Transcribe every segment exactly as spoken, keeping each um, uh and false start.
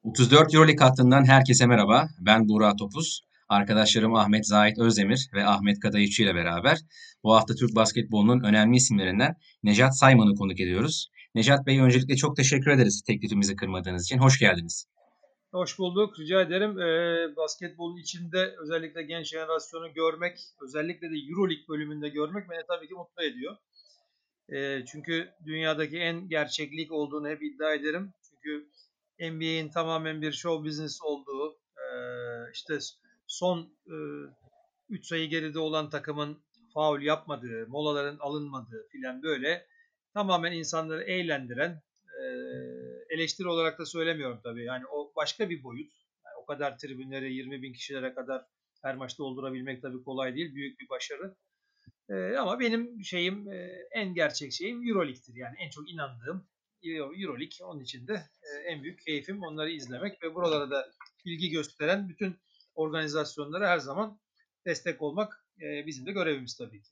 otuz dört Euroleague hattından herkese merhaba. Ben Buğra Topuz. Arkadaşlarım Ahmet Zahit Özdemir ve Ahmet Kadayıfçı ile beraber bu hafta Türk basketbolunun önemli isimlerinden Nejat Sayman'ı konuk ediyoruz. Nejat Bey, öncelikle çok teşekkür ederiz teklifimizi kırmadığınız için. Hoş geldiniz. Hoş bulduk. Rica ederim. Ee, basketbolun içinde özellikle genç jenerasyonu görmek, özellikle de Euroleague bölümünde görmek beni tabii ki mutlu ediyor. Ee, çünkü dünyadaki en gerçeklik olduğunu hep iddia ederim. Çünkü N B A'in tamamen bir show business olduğu, e, işte son üç sayı geride olan takımın faul yapmadığı, molaların alınmadığı filan böyle tamamen insanları eğlendiren, e, eleştiri olarak da söylemiyorum tabii. Yani o başka bir boyut. Yani o kadar tribünleri yirmi bin kişilere kadar her maçta doldurabilmek tabii kolay değil. Büyük bir başarı. E, ama benim şeyim e, en gerçek şeyim Euroleague'tir. Yani en çok inandığım Euroleague. Onun için de e, en büyük keyfim onları izlemek ve buralara da ilgi gösteren bütün organizasyonlara her zaman destek olmak e, bizim de görevimiz tabii ki.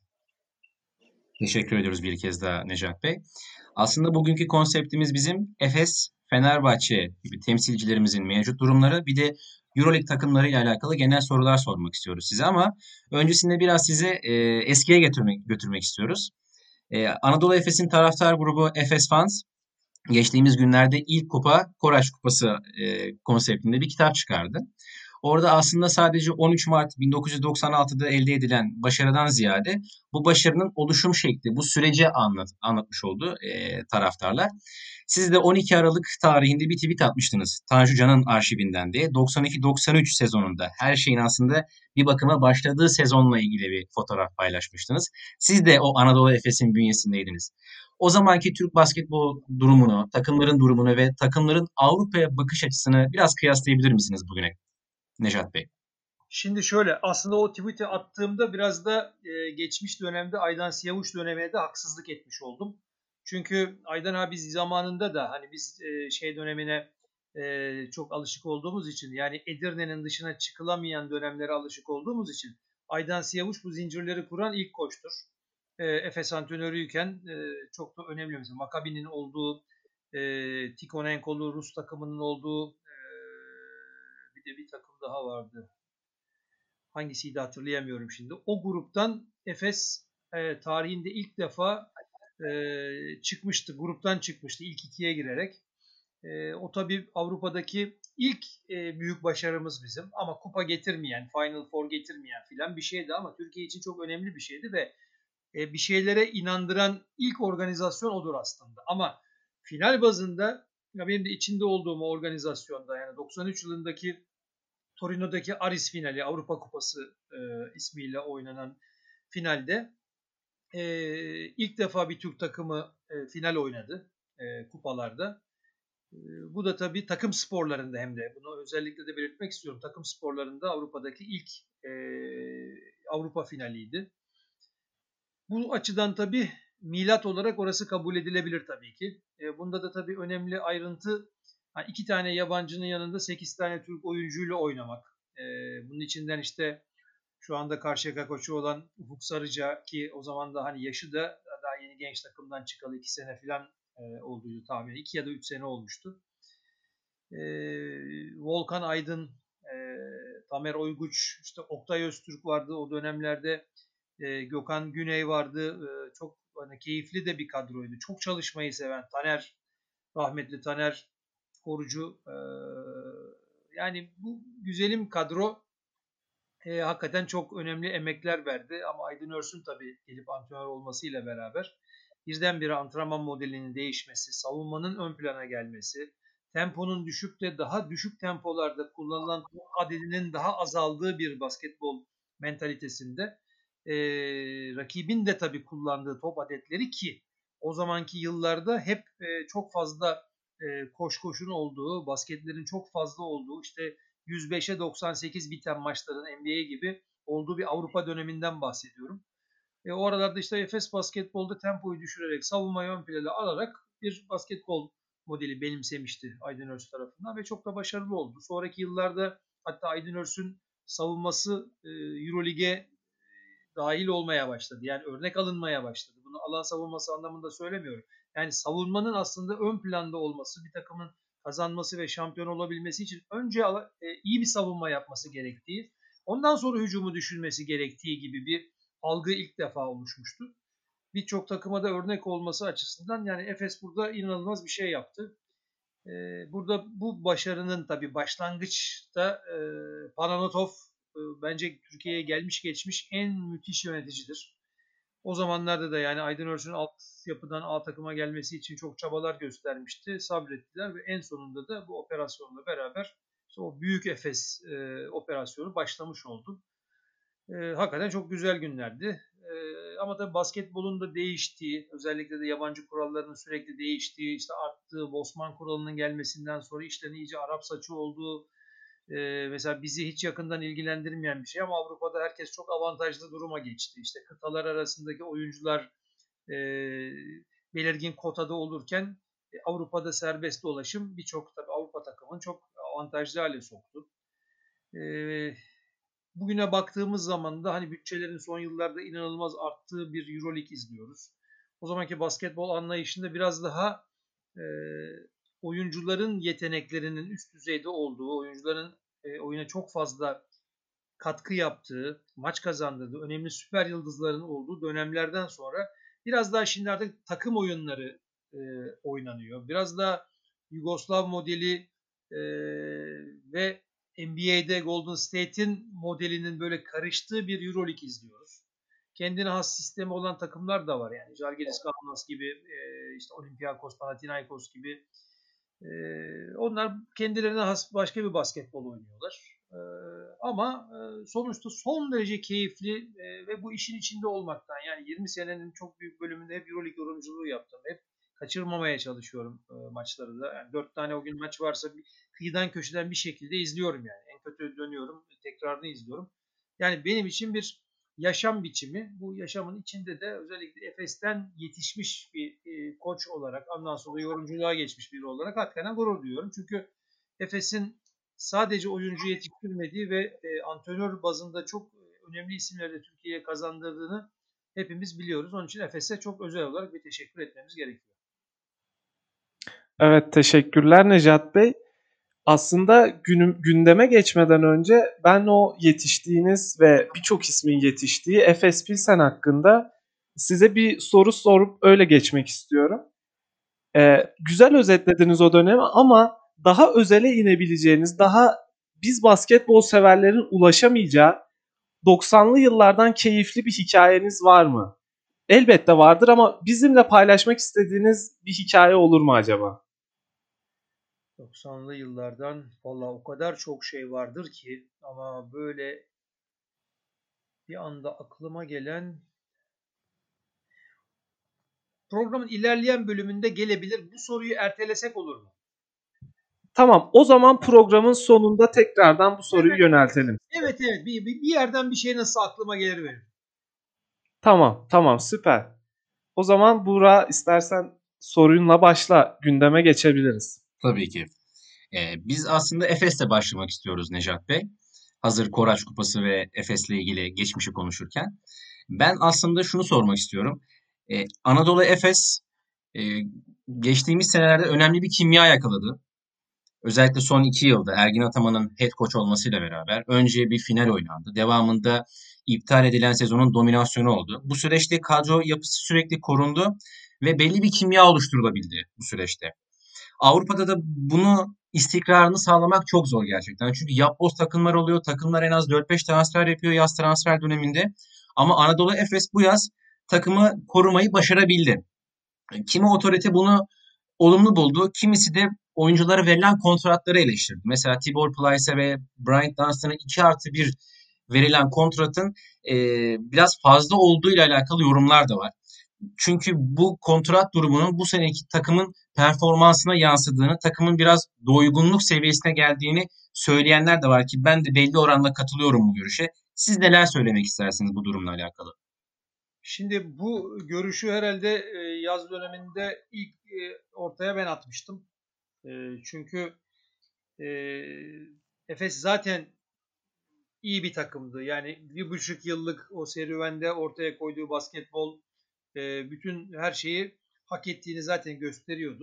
Teşekkür ediyoruz bir kez daha Nejat Bey. Aslında bugünkü konseptimiz bizim Efes, Fenerbahçe gibi temsilcilerimizin mevcut durumları, bir de Euroleague takımlarıyla alakalı genel sorular sormak istiyoruz size, ama öncesinde biraz size e, eskiye götürmek, götürmek istiyoruz. E, Anadolu Efes'in taraftar grubu Efes Fans geçtiğimiz günlerde ilk kupa Koraç Kupası e, konseptinde bir kitap çıkardı. Orada aslında sadece on üç Mart bin dokuz yüz doksan altıda elde edilen başarıdan ziyade bu başarının oluşum şekli, bu süreci anlat, anlatmış oldu e, taraftarlar. Siz de on iki Aralık tarihinde bir tweet atmıştınız Tanju Can'ın arşivinden diye. doksan iki doksan üç sezonunda her şeyin aslında bir bakıma başladığı sezonla ilgili bir fotoğraf paylaşmıştınız. Siz de o Anadolu Efes'in bünyesindeydiniz. O zamanki Türk basketbol durumunu, takımların durumunu ve takımların Avrupa'ya bakış açısını biraz kıyaslayabilir misiniz bugüne, Nejat Bey? Şimdi şöyle, aslında o tweet'i attığımda biraz da e, geçmiş dönemde Aydan Siyavuş dönemine de haksızlık etmiş oldum. Çünkü Aydan abi zamanında da hani biz e, şey dönemine e, çok alışık olduğumuz için, yani Edirne'nin dışına çıkılamayan dönemlere alışık olduğumuz için Aydan Siyavuş bu zincirleri kuran ilk koçtur. E, Efes antrenörüyken e, çok da önemli. Mesela Maccabi'nin olduğu, e, Tikhonenko'lu Rus takımının olduğu, e, bir de bir takım daha vardı. Hangisiydi hatırlayamıyorum şimdi. O gruptan Efes e, tarihinde ilk defa e, çıkmıştı. Gruptan çıkmıştı ilk ikiye girerek. E, o tabii Avrupa'daki ilk e, büyük başarımız bizim. Ama kupa getirmeyen, Final Four getirmeyen filan bir şeydi, ama Türkiye için çok önemli bir şeydi ve e, bir şeylere inandıran ilk organizasyon odur aslında. Ama final bazında, ya benim de içinde olduğum o organizasyonda, yani doksan üç yılındaki Torino'daki Aris finali, Avrupa Kupası e, ismiyle oynanan finalde e, ilk defa bir Türk takımı e, final oynadı e, kupalarda. E, bu da tabii takım sporlarında, hem de bunu özellikle de belirtmek istiyorum. Takım sporlarında Avrupa'daki ilk e, Avrupa finaliydi. Bu açıdan tabii milat olarak orası kabul edilebilir tabii ki. E, bunda da tabii önemli ayrıntı, hani iki tane yabancının yanında sekiz tane Türk oyuncuyla oynamak. E, bunun içinden işte şu anda Karşıyaka koçu olan Ufuk Sarıca, ki o zaman da hani yaşı da daha yeni genç takımdan çıkalı iki sene falan e, olduğu tahmin. iki ya da üç sene olmuştu. E, Volkan Aydın, e, Tamer Oyguç, işte Oktay Öztürk vardı o dönemlerde. E, Gökhan Güney vardı. E, çok hani keyifli de bir kadroydu. Çok çalışmayı seven Taner, rahmetli Taner Korucu. E, yani bu güzelim kadro e, hakikaten çok önemli emekler verdi. Ama Aydın Örsün tabii gelip antrenör olmasıyla beraber birdenbire antrenman modelinin değişmesi, savunmanın ön plana gelmesi, temponun düşük de daha düşük tempolarda kullanılan top adedinin daha azaldığı bir basketbol mentalitesinde, e, rakibin de tabii kullandığı top adetleri, ki o zamanki yıllarda hep e, çok fazla e, koş koşun olduğu, basketlerin çok fazla olduğu, işte yüz beşe doksan sekiz biten maçların N B A gibi olduğu bir Avrupa döneminden bahsediyorum. E, o aralarda işte Efes basketbolda tempoyu düşürerek, savunmayı ön plana alarak bir basketbol modeli benimsemişti Aydın Örs tarafından ve çok da başarılı oldu. Sonraki yıllarda hatta Aydın Örs'ün savunması e, Eurolig'e dahil olmaya başladı. Yani örnek alınmaya başladı. Bunu alan savunması anlamında söylemiyorum. Yani savunmanın aslında ön planda olması, bir takımın kazanması ve şampiyon olabilmesi için önce e, iyi bir savunma yapması gerektiği, ondan sonra hücumu düşünmesi gerektiği gibi bir algı ilk defa oluşmuştu. Birçok takıma da örnek olması açısından yani Efes burada inanılmaz bir şey yaptı. Burada bu başarının tabii başlangıçta e, Pananotov e, bence Türkiye'ye gelmiş geçmiş en müthiş yöneticidir. O zamanlarda da yani Aydın Örç'ün alt yapıdan A takıma gelmesi için çok çabalar göstermişti. Sabrettiler ve en sonunda da bu operasyonla beraber işte o büyük Efes e, operasyonu başlamış oldu. E, hakikaten çok güzel günlerdi. E, ama tabii basketbolun da değiştiği, özellikle de yabancı kurallarının sürekli değiştiği, işte arttığı, Bosman kuralının gelmesinden sonra işlerin iyice Arap saçı olduğu, e, mesela bizi hiç yakından ilgilendirmeyen bir şey ama Avrupa'da herkes çok avantajlı duruma geçti. İşte kıtalar arasındaki oyuncular e, belirgin kotada olurken e, Avrupa'da serbest dolaşım birçok tabii Avrupa takımını çok avantajlı hale soktu. E, Bugüne baktığımız zaman da hani bütçelerin son yıllarda inanılmaz arttığı bir Euroleague izliyoruz. O zamanki basketbol anlayışında biraz daha e, oyuncuların yeteneklerinin üst düzeyde olduğu, oyuncuların e, oyuna çok fazla katkı yaptığı, maç kazandırdığı, önemli süper yıldızların olduğu dönemlerden sonra biraz daha şimdi artık takım oyunları e, oynanıyor. Biraz daha Yugoslav modeli e, ve N B A'de Golden State'in modelinin böyle karıştığı bir Euroleague izliyoruz. Kendine has sistemi olan takımlar da var yani. Žalgiris Kaunas gibi, e, işte Olympiakos, Panathinaikos gibi. E, onlar kendilerine has başka bir basketbol oynuyorlar. E, ama e, sonuçta son derece keyifli e, ve bu işin içinde olmaktan yani yirmi senenin çok büyük bölümünde hep Euroleague yorumculuğu yaptım. Hep kaçırmamaya çalışıyorum e, maçları da. Yani dört tane o gün maç varsa bir, kıyıdan köşeden bir şekilde izliyorum yani. En kötü dönüyorum, tekrarını izliyorum. Yani benim için bir yaşam biçimi. Bu yaşamın içinde de özellikle Efes'ten yetişmiş bir e, koç olarak, ondan sonra yorumculuğa geçmiş biri olarak hakikaten gurur duyuyorum. Çünkü Efes'in sadece oyuncu yetiştirmediği ve e, antrenör bazında çok önemli isimleri de Türkiye'ye kazandırdığını hepimiz biliyoruz. Onun için Efes'e çok özel olarak bir teşekkür etmemiz gerekiyor. Evet, teşekkürler Necat Bey. Aslında günüm, gündeme geçmeden önce ben o yetiştiğiniz ve birçok ismin yetiştiği Efes Pilsen hakkında size bir soru sorup öyle geçmek istiyorum. Ee, güzel özetlediniz o dönemi ama daha özele inebileceğiniz, daha biz basketbol severlerin ulaşamayacağı doksanlı yıllardan keyifli bir hikayeniz var mı? Elbette vardır ama bizimle paylaşmak istediğiniz bir hikaye olur mu acaba? doksanlı yıllardan valla o kadar çok şey vardır ki ama böyle bir anda aklıma gelen programın ilerleyen bölümünde gelebilir. Bu soruyu ertelesek olur mu? Tamam, o zaman programın sonunda tekrardan bu soruyu Evet, yöneltelim. evet, evet. Bir, bir, bir yerden bir şey nasıl aklıma gelir benim. Tamam, tamam, süper. O zaman Buğra istersen sorunla başla, gündeme geçebiliriz. Tabii ki. Ee, biz aslında Efes'le başlamak istiyoruz Nejat Bey. Hazır Koraç Kupası ve Efes'le ilgili geçmişi konuşurken. Ben aslında şunu sormak istiyorum. Ee, Anadolu Efes e, geçtiğimiz senelerde önemli bir kimya yakaladı. Özellikle son iki yılda Ergin Ataman'ın head coach olmasıyla beraber önce bir final oynandı. Devamında iptal edilen sezonun dominasyonu oldu. Bu süreçte kadro yapısı sürekli korundu ve belli bir kimya oluşturulabildi bu süreçte. Avrupa'da da bunu istikrarını sağlamak çok zor gerçekten. Çünkü yapboz takımlar oluyor. Takımlar en az dört beş transfer yapıyor yaz transfer döneminde. Ama Anadolu Efes bu yaz takımı korumayı başarabildi. Kimi otorite bunu olumlu buldu. Kimisi de oyunculara verilen kontratları eleştirdi. Mesela Tibor Plyce'e ve Bryant Dunstan'a iki artı bir verilen kontratın e, biraz fazla olduğu ile alakalı yorumlar da var. Çünkü bu kontrat durumunun bu seneki takımın performansına yansıdığını, takımın biraz doygunluk seviyesine geldiğini söyleyenler de var ki ben de belli oranda katılıyorum bu görüşe. Siz neler söylemek istersiniz bu durumla alakalı? Şimdi bu görüşü herhalde e, yaz döneminde ilk e, ortaya ben atmıştım. E, çünkü e, Efes zaten iyi bir takımdı. Yani bir buçuk yıllık o serüvende ortaya koyduğu basketbol e, bütün her şeyi hak ettiğini zaten gösteriyordu.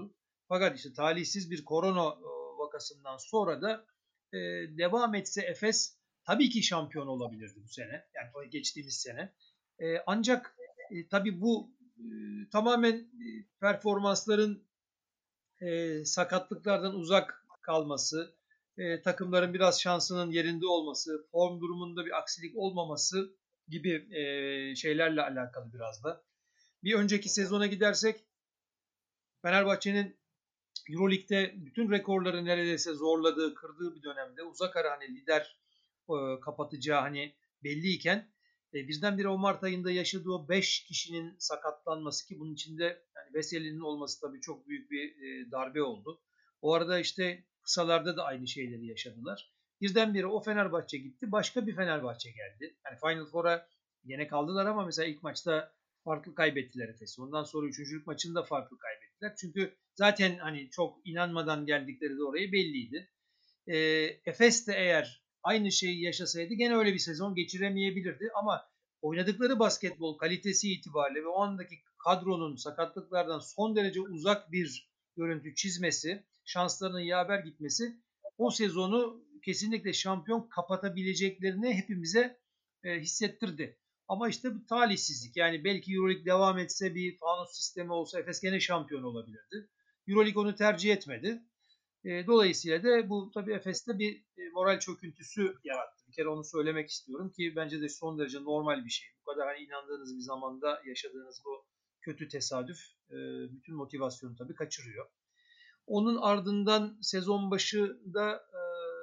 Fakat işte talihsiz bir korona e, vakasından sonra da e, devam etse Efes tabii ki şampiyon olabilirdi bu sene. Yani o geçtiğimiz sene. E, ancak e, tabii bu e, tamamen e, performansların e, sakatlıklardan uzak kalması, e, takımların biraz şansının yerinde olması, form durumunda bir aksilik olmaması gibi e, şeylerle alakalı biraz da. Bir önceki sezona gidersek Fenerbahçe'nin Euroleague'de bütün rekorları neredeyse zorladığı, kırdığı bir dönemde uzak ara hani lider e, kapatacağı hani belliyken e, birdenbire o Mart ayında yaşadığı o beş kişinin sakatlanması ki bunun içinde yani Veseli'nin olması tabii çok büyük bir e, darbe oldu. O arada işte kısalarda da aynı şeyleri yaşadılar. Birdenbire o Fenerbahçe gitti, başka bir Fenerbahçe geldi. Yani Final Four'a yine kaldılar ama mesela ilk maçta farklı kaybettiler Efes'i. Ondan sonra üçüncülük maçında farklı kaybettiler. Çünkü zaten hani çok inanmadan geldikleri de oraya belliydi. E, Efes de eğer aynı şeyi yaşasaydı gene öyle bir sezon geçiremeyebilirdi ama oynadıkları basketbol kalitesi itibariyle ve o andaki kadronun sakatlıklardan son derece uzak bir görüntü çizmesi, şanslarının yaver gitmesi o sezonu kesinlikle şampiyon kapatabileceklerini hepimize e, hissettirdi. Ama işte bu talihsizlik. Yani belki Euroleague devam etse bir fanus sistemi olsa Efes gene şampiyon olabilirdi. Euroleague onu tercih etmedi. E, dolayısıyla da bu tabii Efes'te bir e, moral çöküntüsü yarattı. Bir kere onu söylemek istiyorum ki bence de son derece normal bir şey. Bu kadar hani inandığınız bir zamanda yaşadığınız bu kötü tesadüf e, bütün motivasyonu tabii kaçırıyor. Onun ardından sezon başında e,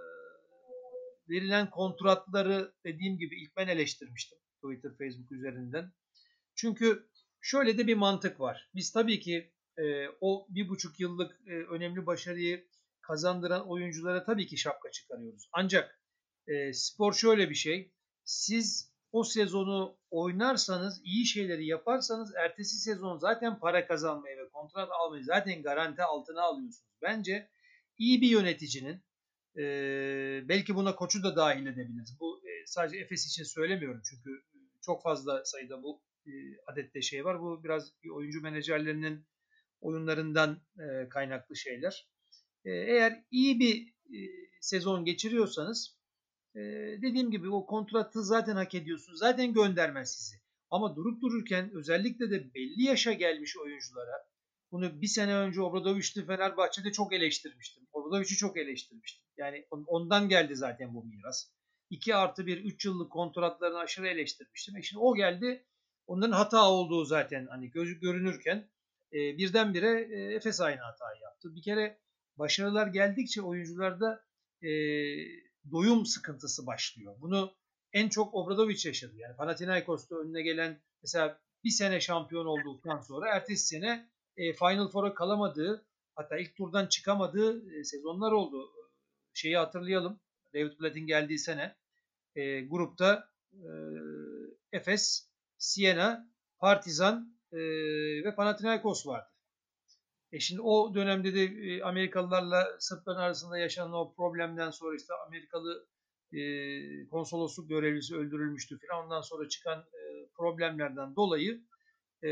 verilen kontratları dediğim gibi ilk ben eleştirmiştim Twitter, Facebook üzerinden. Çünkü şöyle de bir mantık var. Biz tabii ki e, o bir buçuk yıllık e, önemli başarıyı kazandıran oyunculara tabii ki şapka çıkarıyoruz. Ancak e, spor şöyle bir şey. Siz o sezonu oynarsanız, iyi şeyleri yaparsanız ertesi sezon zaten para kazanmayı ve kontrat almayı zaten garanti altına alıyorsunuz. Bence iyi bir yöneticinin e, belki buna koçu da dahil edebiliriz. Bu e, sadece Efes için söylemiyorum çünkü çok fazla sayıda bu e, adette şey var. Bu biraz oyuncu menajerlerinin oyunlarından e, kaynaklı şeyler. E, eğer iyi bir e, sezon geçiriyorsanız e, dediğim gibi o kontratı zaten hak ediyorsunuz. Zaten göndermez sizi. Ama durup dururken özellikle de belli yaşa gelmiş oyunculara bunu bir sene önce Obradovic'ti Fenerbahçe'de çok eleştirmiştim. Obradovic'i çok eleştirmiştim. Yani ondan geldi zaten bu miras. iki artı bir üç yıllık kontratlarını aşırı eleştirmiştim. E şimdi o geldi. Onların hata olduğu zaten hani göz görünürken e, birdenbire e, Efes aynı hatayı yaptı. Bir kere başarılar geldikçe oyuncularda e, doyum sıkıntısı başlıyor. Bunu en çok Obradovic yaşadı. Yani Panathinaikos'ta önüne gelen mesela bir sene şampiyon olduktan sonra ertesi sene e, Final Four'a kalamadığı hatta ilk turdan çıkamadığı e, sezonlar oldu. Şeyi hatırlayalım. David Blatt'in geldiği sene e, grupta e, Efes, Siena, Partizan e, ve Panathinaikos vardı. E şimdi o dönemde de e, Amerikalılarla Sırpların arasında yaşanan o problemden sonra işte Amerikalı e, konsolosluk görevlisi öldürülmüştü falan. Ondan sonra çıkan e, problemlerden dolayı e,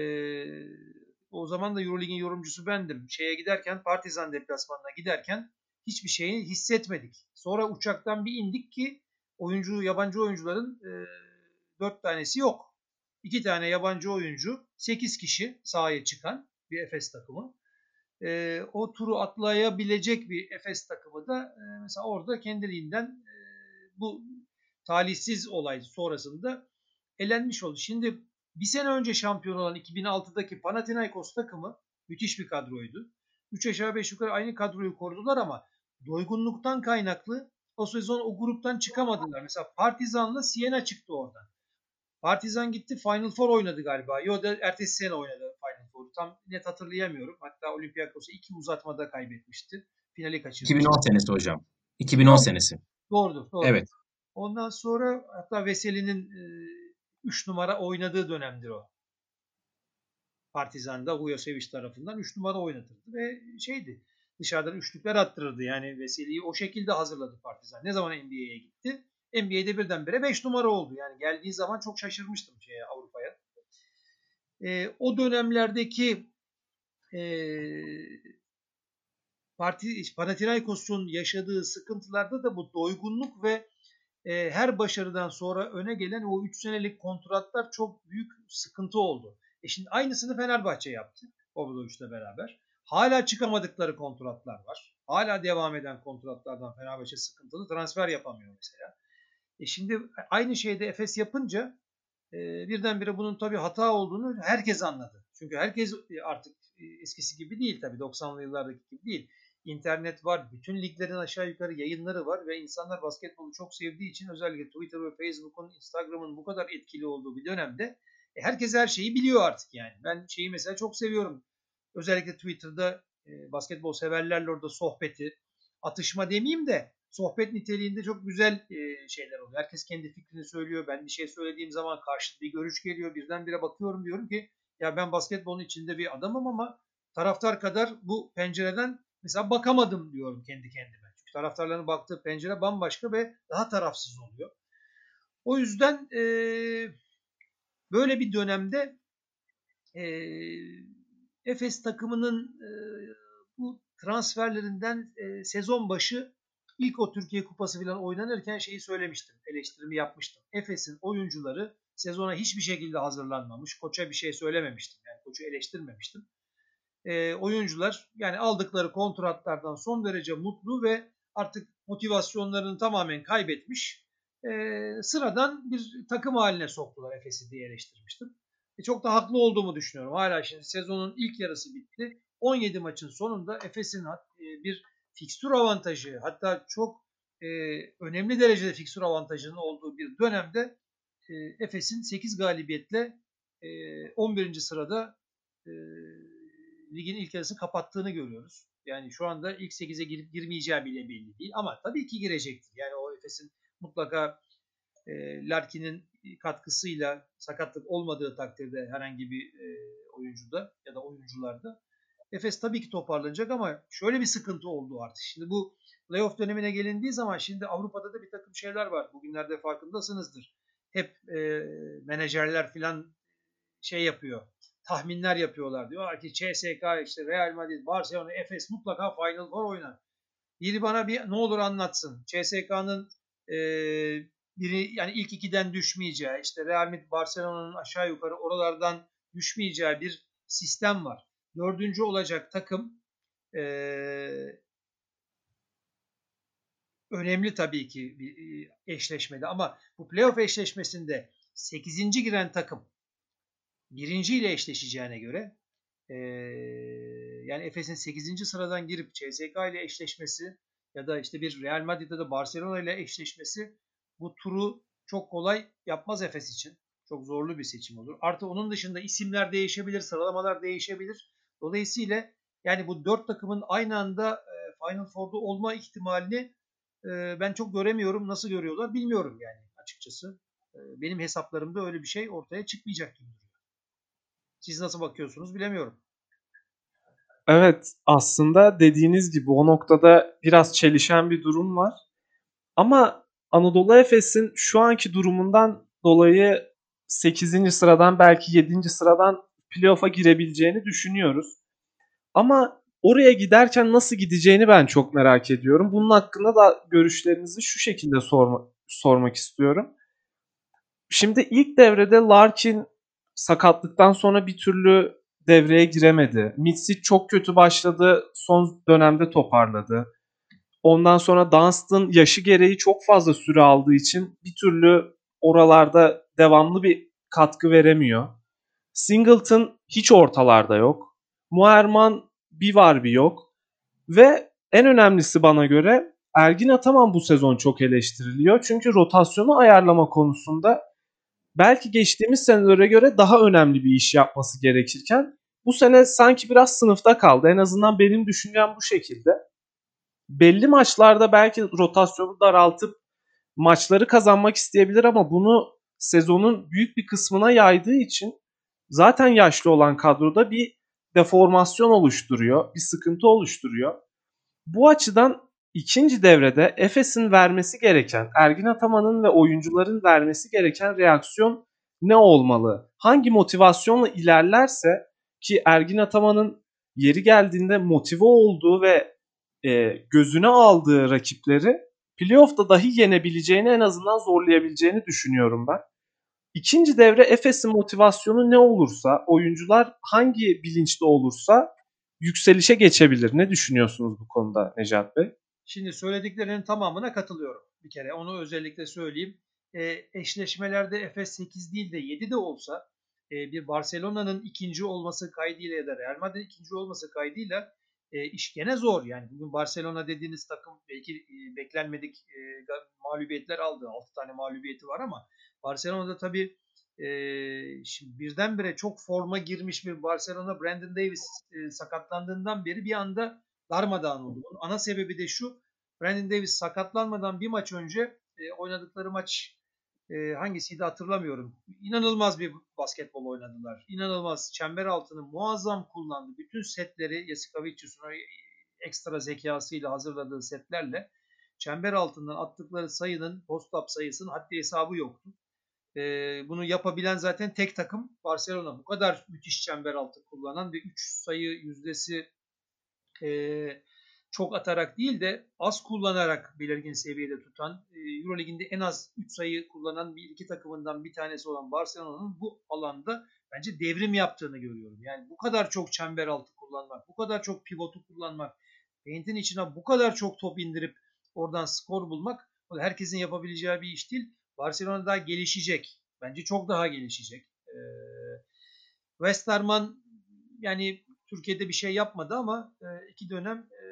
o zaman da Euroleague'in yorumcusu bendim. Şeye giderken Partizan deplasmanına giderken hiçbir şeyi hissetmedik. Sonra uçaktan bir indik ki oyuncu yabancı oyuncuların e, dört tanesi yok. İki tane yabancı oyuncu, sekiz kişi sahaya çıkan bir Efes takımı. E, o turu atlayabilecek bir Efes takımı da e, mesela orada kendiliğinden e, bu talihsiz olay sonrasında elenmiş oldu. Şimdi bir sene önce şampiyon olan iki bin altıdaki Panathinaikos takımı müthiş bir kadroydu. üç aşağı beş yukarı aynı kadroyu korudular ama doygunluktan kaynaklı o sezon o gruptan çıkamadılar. Mesela Partizan'la Siena çıktı oradan. Partizan gitti Final Four oynadı galiba. Yo da ertesi sene oynadı Final Four'u. Tam net hatırlayamıyorum. Hatta Olympiakos'u iki uzatmada kaybetmişti. Finali kaçırmıştı. iki bin on senesi hocam. iki bin on Doğru. senesi. Doğrudur. Doğru. Evet. Ondan sonra hatta Veseli'nin üç numara oynadığı dönemdir o. Partizan'da Vujosevic tarafından üç numara oynatırdı ve şeydi dışarıdan üçlükler attırırdı. Yani Veseli'yi o şekilde hazırladı Partizan. Ne zaman N B A'ye gitti? N B A'de birdenbire beş numara oldu. Yani geldiği zaman çok şaşırmıştım şeye, Avrupa'ya. E, o dönemlerdeki e, Parti, Panathinaikos'un yaşadığı sıkıntılarda da bu doygunluk ve e, her başarıdan sonra öne gelen o üç senelik kontratlar çok büyük sıkıntı oldu. E şimdi aynısını Fenerbahçe yaptı Obradoviç'le beraber. Hala çıkamadıkları kontratlar var. Hala devam eden kontratlardan Fenerbahçe sıkıntılı, transfer yapamıyor mesela. E şimdi aynı şeyde Efes yapınca e, birdenbire bunun tabii hata olduğunu herkes anladı. Çünkü herkes artık eskisi gibi değil tabii, doksanlı yıllardaki gibi değil. İnternet var, bütün liglerin aşağı yukarı yayınları var ve insanlar basketbolu çok sevdiği için özellikle Twitter ve Facebook'un, Instagram'ın bu kadar etkili olduğu bir dönemde e, herkes her şeyi biliyor artık yani. Ben şeyi mesela çok seviyorum. Özellikle Twitter'da e, basketbol severlerle orada sohbeti, atışma demeyeyim de sohbet niteliğinde çok güzel e, şeyler oluyor. Herkes kendi fikrini söylüyor. Ben bir şey söylediğim zaman karşıt bir görüş geliyor. Birdenbire bakıyorum, diyorum ki ya ben basketbolun içinde bir adamım ama taraftar kadar bu pencereden mesela bakamadım diyorum kendi kendime. Çünkü taraftarların baktığı pencere bambaşka ve daha tarafsız oluyor. O yüzden e, böyle bir dönemde e, Efes takımının e, bu transferlerinden e, sezon başı ilk o Türkiye Kupası falan oynanırken şeyi söylemiştim, eleştirimi yapmıştım. Efes'in oyuncuları sezona hiçbir şekilde hazırlanmamış, koça bir şey söylememiştim, yani koçu eleştirmemiştim. E, oyuncular yani aldıkları kontratlardan son derece mutlu ve artık motivasyonlarını tamamen kaybetmiş, e, sıradan bir takım haline soktular Efes'i diye eleştirmiştim. E, çok da haklı olduğumu düşünüyorum. Hala şimdi sezonun ilk yarısı bitti. on yedi maçın sonunda Efes'in e, bir fikstür avantajı, hatta çok e, önemli derecede fikstür avantajının olduğu bir dönemde e, Efes'in sekiz galibiyetle e, on birinci sırada e, ligin ilk yarısını kapattığını görüyoruz. Yani şu anda ilk sekize girip girmeyeceği bile belli değil. Ama tabii ki girecektir. Yani o Efes'in mutlaka e, Larkin'in katkısıyla, sakatlık olmadığı takdirde herhangi bir e, oyuncuda ya da oyuncularda Efes tabii ki toparlanacak ama şöyle bir sıkıntı oldu artık. Şimdi bu playoff dönemine gelindiği zaman şimdi Avrupa'da da bir takım şeyler var. Bugünlerde farkındasınızdır. Hep e, menajerler filan şey yapıyor. Tahminler yapıyorlar. Diyorlar ki C S K, işte Real Madrid, Barcelona, Efes mutlaka Final Four oynar. Biri bana bir ne olur anlatsın. C S K'nın e, biri yani ilk ikiden düşmeyeceği, işte Real Madrid, Barcelona'nın aşağı yukarı oralardan düşmeyeceği bir sistem var. Dördüncü olacak takım e, önemli tabii ki bir eşleşmede ama bu playoff eşleşmesinde sekizinci giren takım birinci ile eşleşeceğine göre e, yani Efes'in sekizinci sıradan girip C S K ile eşleşmesi ya da işte bir Real Madrid ya da Barcelona ile eşleşmesi bu turu çok kolay yapmaz Efes için. Çok zorlu bir seçim olur. Artı onun dışında isimler değişebilir, sıralamalar değişebilir. Dolayısıyla yani bu dört takımın aynı anda e, Final Four'da olma ihtimalini e, ben çok göremiyorum. Nasıl görüyorlar bilmiyorum yani açıkçası. E, benim hesaplarımda öyle bir şey ortaya çıkmayacak gibi duruyor. Siz nasıl bakıyorsunuz bilemiyorum. Evet, aslında dediğiniz gibi o noktada biraz çelişen bir durum var. Ama Anadolu Efes'in şu anki durumundan dolayı sekizinci sıradan belki yedinci sıradan playoff'a girebileceğini düşünüyoruz. Ama oraya giderken nasıl gideceğini ben çok merak ediyorum. Bunun hakkında da görüşlerinizi şu şekilde sorma, sormak istiyorum. Şimdi ilk devrede Larkin sakatlıktan sonra bir türlü devreye giremedi. Mitsic çok kötü başladı, son dönemde toparladı. Ondan sonra Dunstan yaşı gereği çok fazla süre aldığı için bir türlü oralarda devamlı bir katkı veremiyor. Singleton hiç ortalarda yok. Muerman bir var bir yok. Ve en önemlisi bana göre Ergin Ataman bu sezon çok eleştiriliyor. Çünkü rotasyonu ayarlama konusunda belki geçtiğimiz senelere göre daha önemli bir iş yapması gerekirken bu sene sanki biraz sınıfta kaldı. En azından benim düşüncem bu şekilde. Belli maçlarda belki rotasyonu daraltıp maçları kazanmak isteyebilir ama bunu sezonun büyük bir kısmına yaydığı için zaten yaşlı olan kadroda bir deformasyon oluşturuyor, bir sıkıntı oluşturuyor. Bu açıdan ikinci devrede Efes'in vermesi gereken, Ergin Ataman'ın ve oyuncuların vermesi gereken reaksiyon ne olmalı? Hangi motivasyonla ilerlerse, ki Ergin Ataman'ın yeri geldiğinde motive olduğu ve e, gözüne aldığı rakipleri playoff'ta dahi yenebileceğini, en azından zorlayabileceğini düşünüyorum ben. İkinci devre Efes'in motivasyonu ne olursa, oyuncular hangi bilinçte olursa yükselişe geçebilir. Ne düşünüyorsunuz bu konuda Necat Bey? Şimdi söylediklerinin tamamına katılıyorum. Bir kere onu özellikle söyleyeyim. E, eşleşmelerde Efes sekiz değil de yedi de olsa e, bir Barcelona'nın ikinci olması kaydıyla ya da Real Madrid ikinci olması kaydıyla e, iş gene zor. Yani bugün Barcelona dediğiniz takım belki e, beklenmedik e, mağlubiyetler aldı. altı tane mağlubiyeti var ama Barcelona'da tabii e, şimdi birdenbire çok forma girmiş bir Barcelona, Brandon Davis e, sakatlandığından beri bir anda darmadağın oldu. Bunun ana sebebi de şu: Brandon Davis sakatlanmadan bir maç önce e, oynadıkları maç e, hangisiydi hatırlamıyorum. İnanılmaz bir basketbol oynadılar. İnanılmaz. Çember altını muazzam kullandı. Bütün setleri Jasikavicius'un ekstra zekasıyla hazırladığı setlerle çember altından attıkları sayının, post-up sayısının haddi hesabı yoktu. E, bunu yapabilen zaten tek takım Barcelona. Bu kadar müthiş çember altı kullanan ve üç sayı yüzdesi e, çok atarak değil de az kullanarak belirgin seviyede tutan, e, Euroleague'inde en az üç sayı kullanan bir iki takımından bir tanesi olan Barcelona'nın bu alanda bence devrim yaptığını görüyorum. Yani bu kadar çok çember altı kullanmak, bu kadar çok pivotu kullanmak, paint'in içine bu kadar çok top indirip oradan skor bulmak herkesin yapabileceği bir iş değil. Barcelona daha gelişecek. Bence çok daha gelişecek. Ee, Westerman yani Türkiye'de bir şey yapmadı ama e, iki dönem e,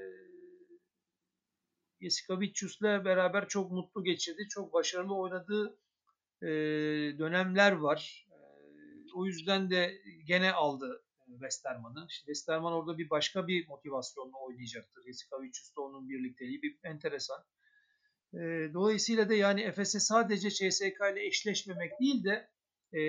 Jasikavicius'la beraber çok mutlu geçirdi. Çok başarılı oynadığı e, dönemler var. E, o yüzden de gene aldı Westerman'ı. İşte Westerman orada bir başka bir motivasyonla oynayacaktır. Jasikavicius'la onun birlikteliği bir enteresan. E, dolayısıyla da yani Efes'e sadece C S K ile eşleşmemek değil de e,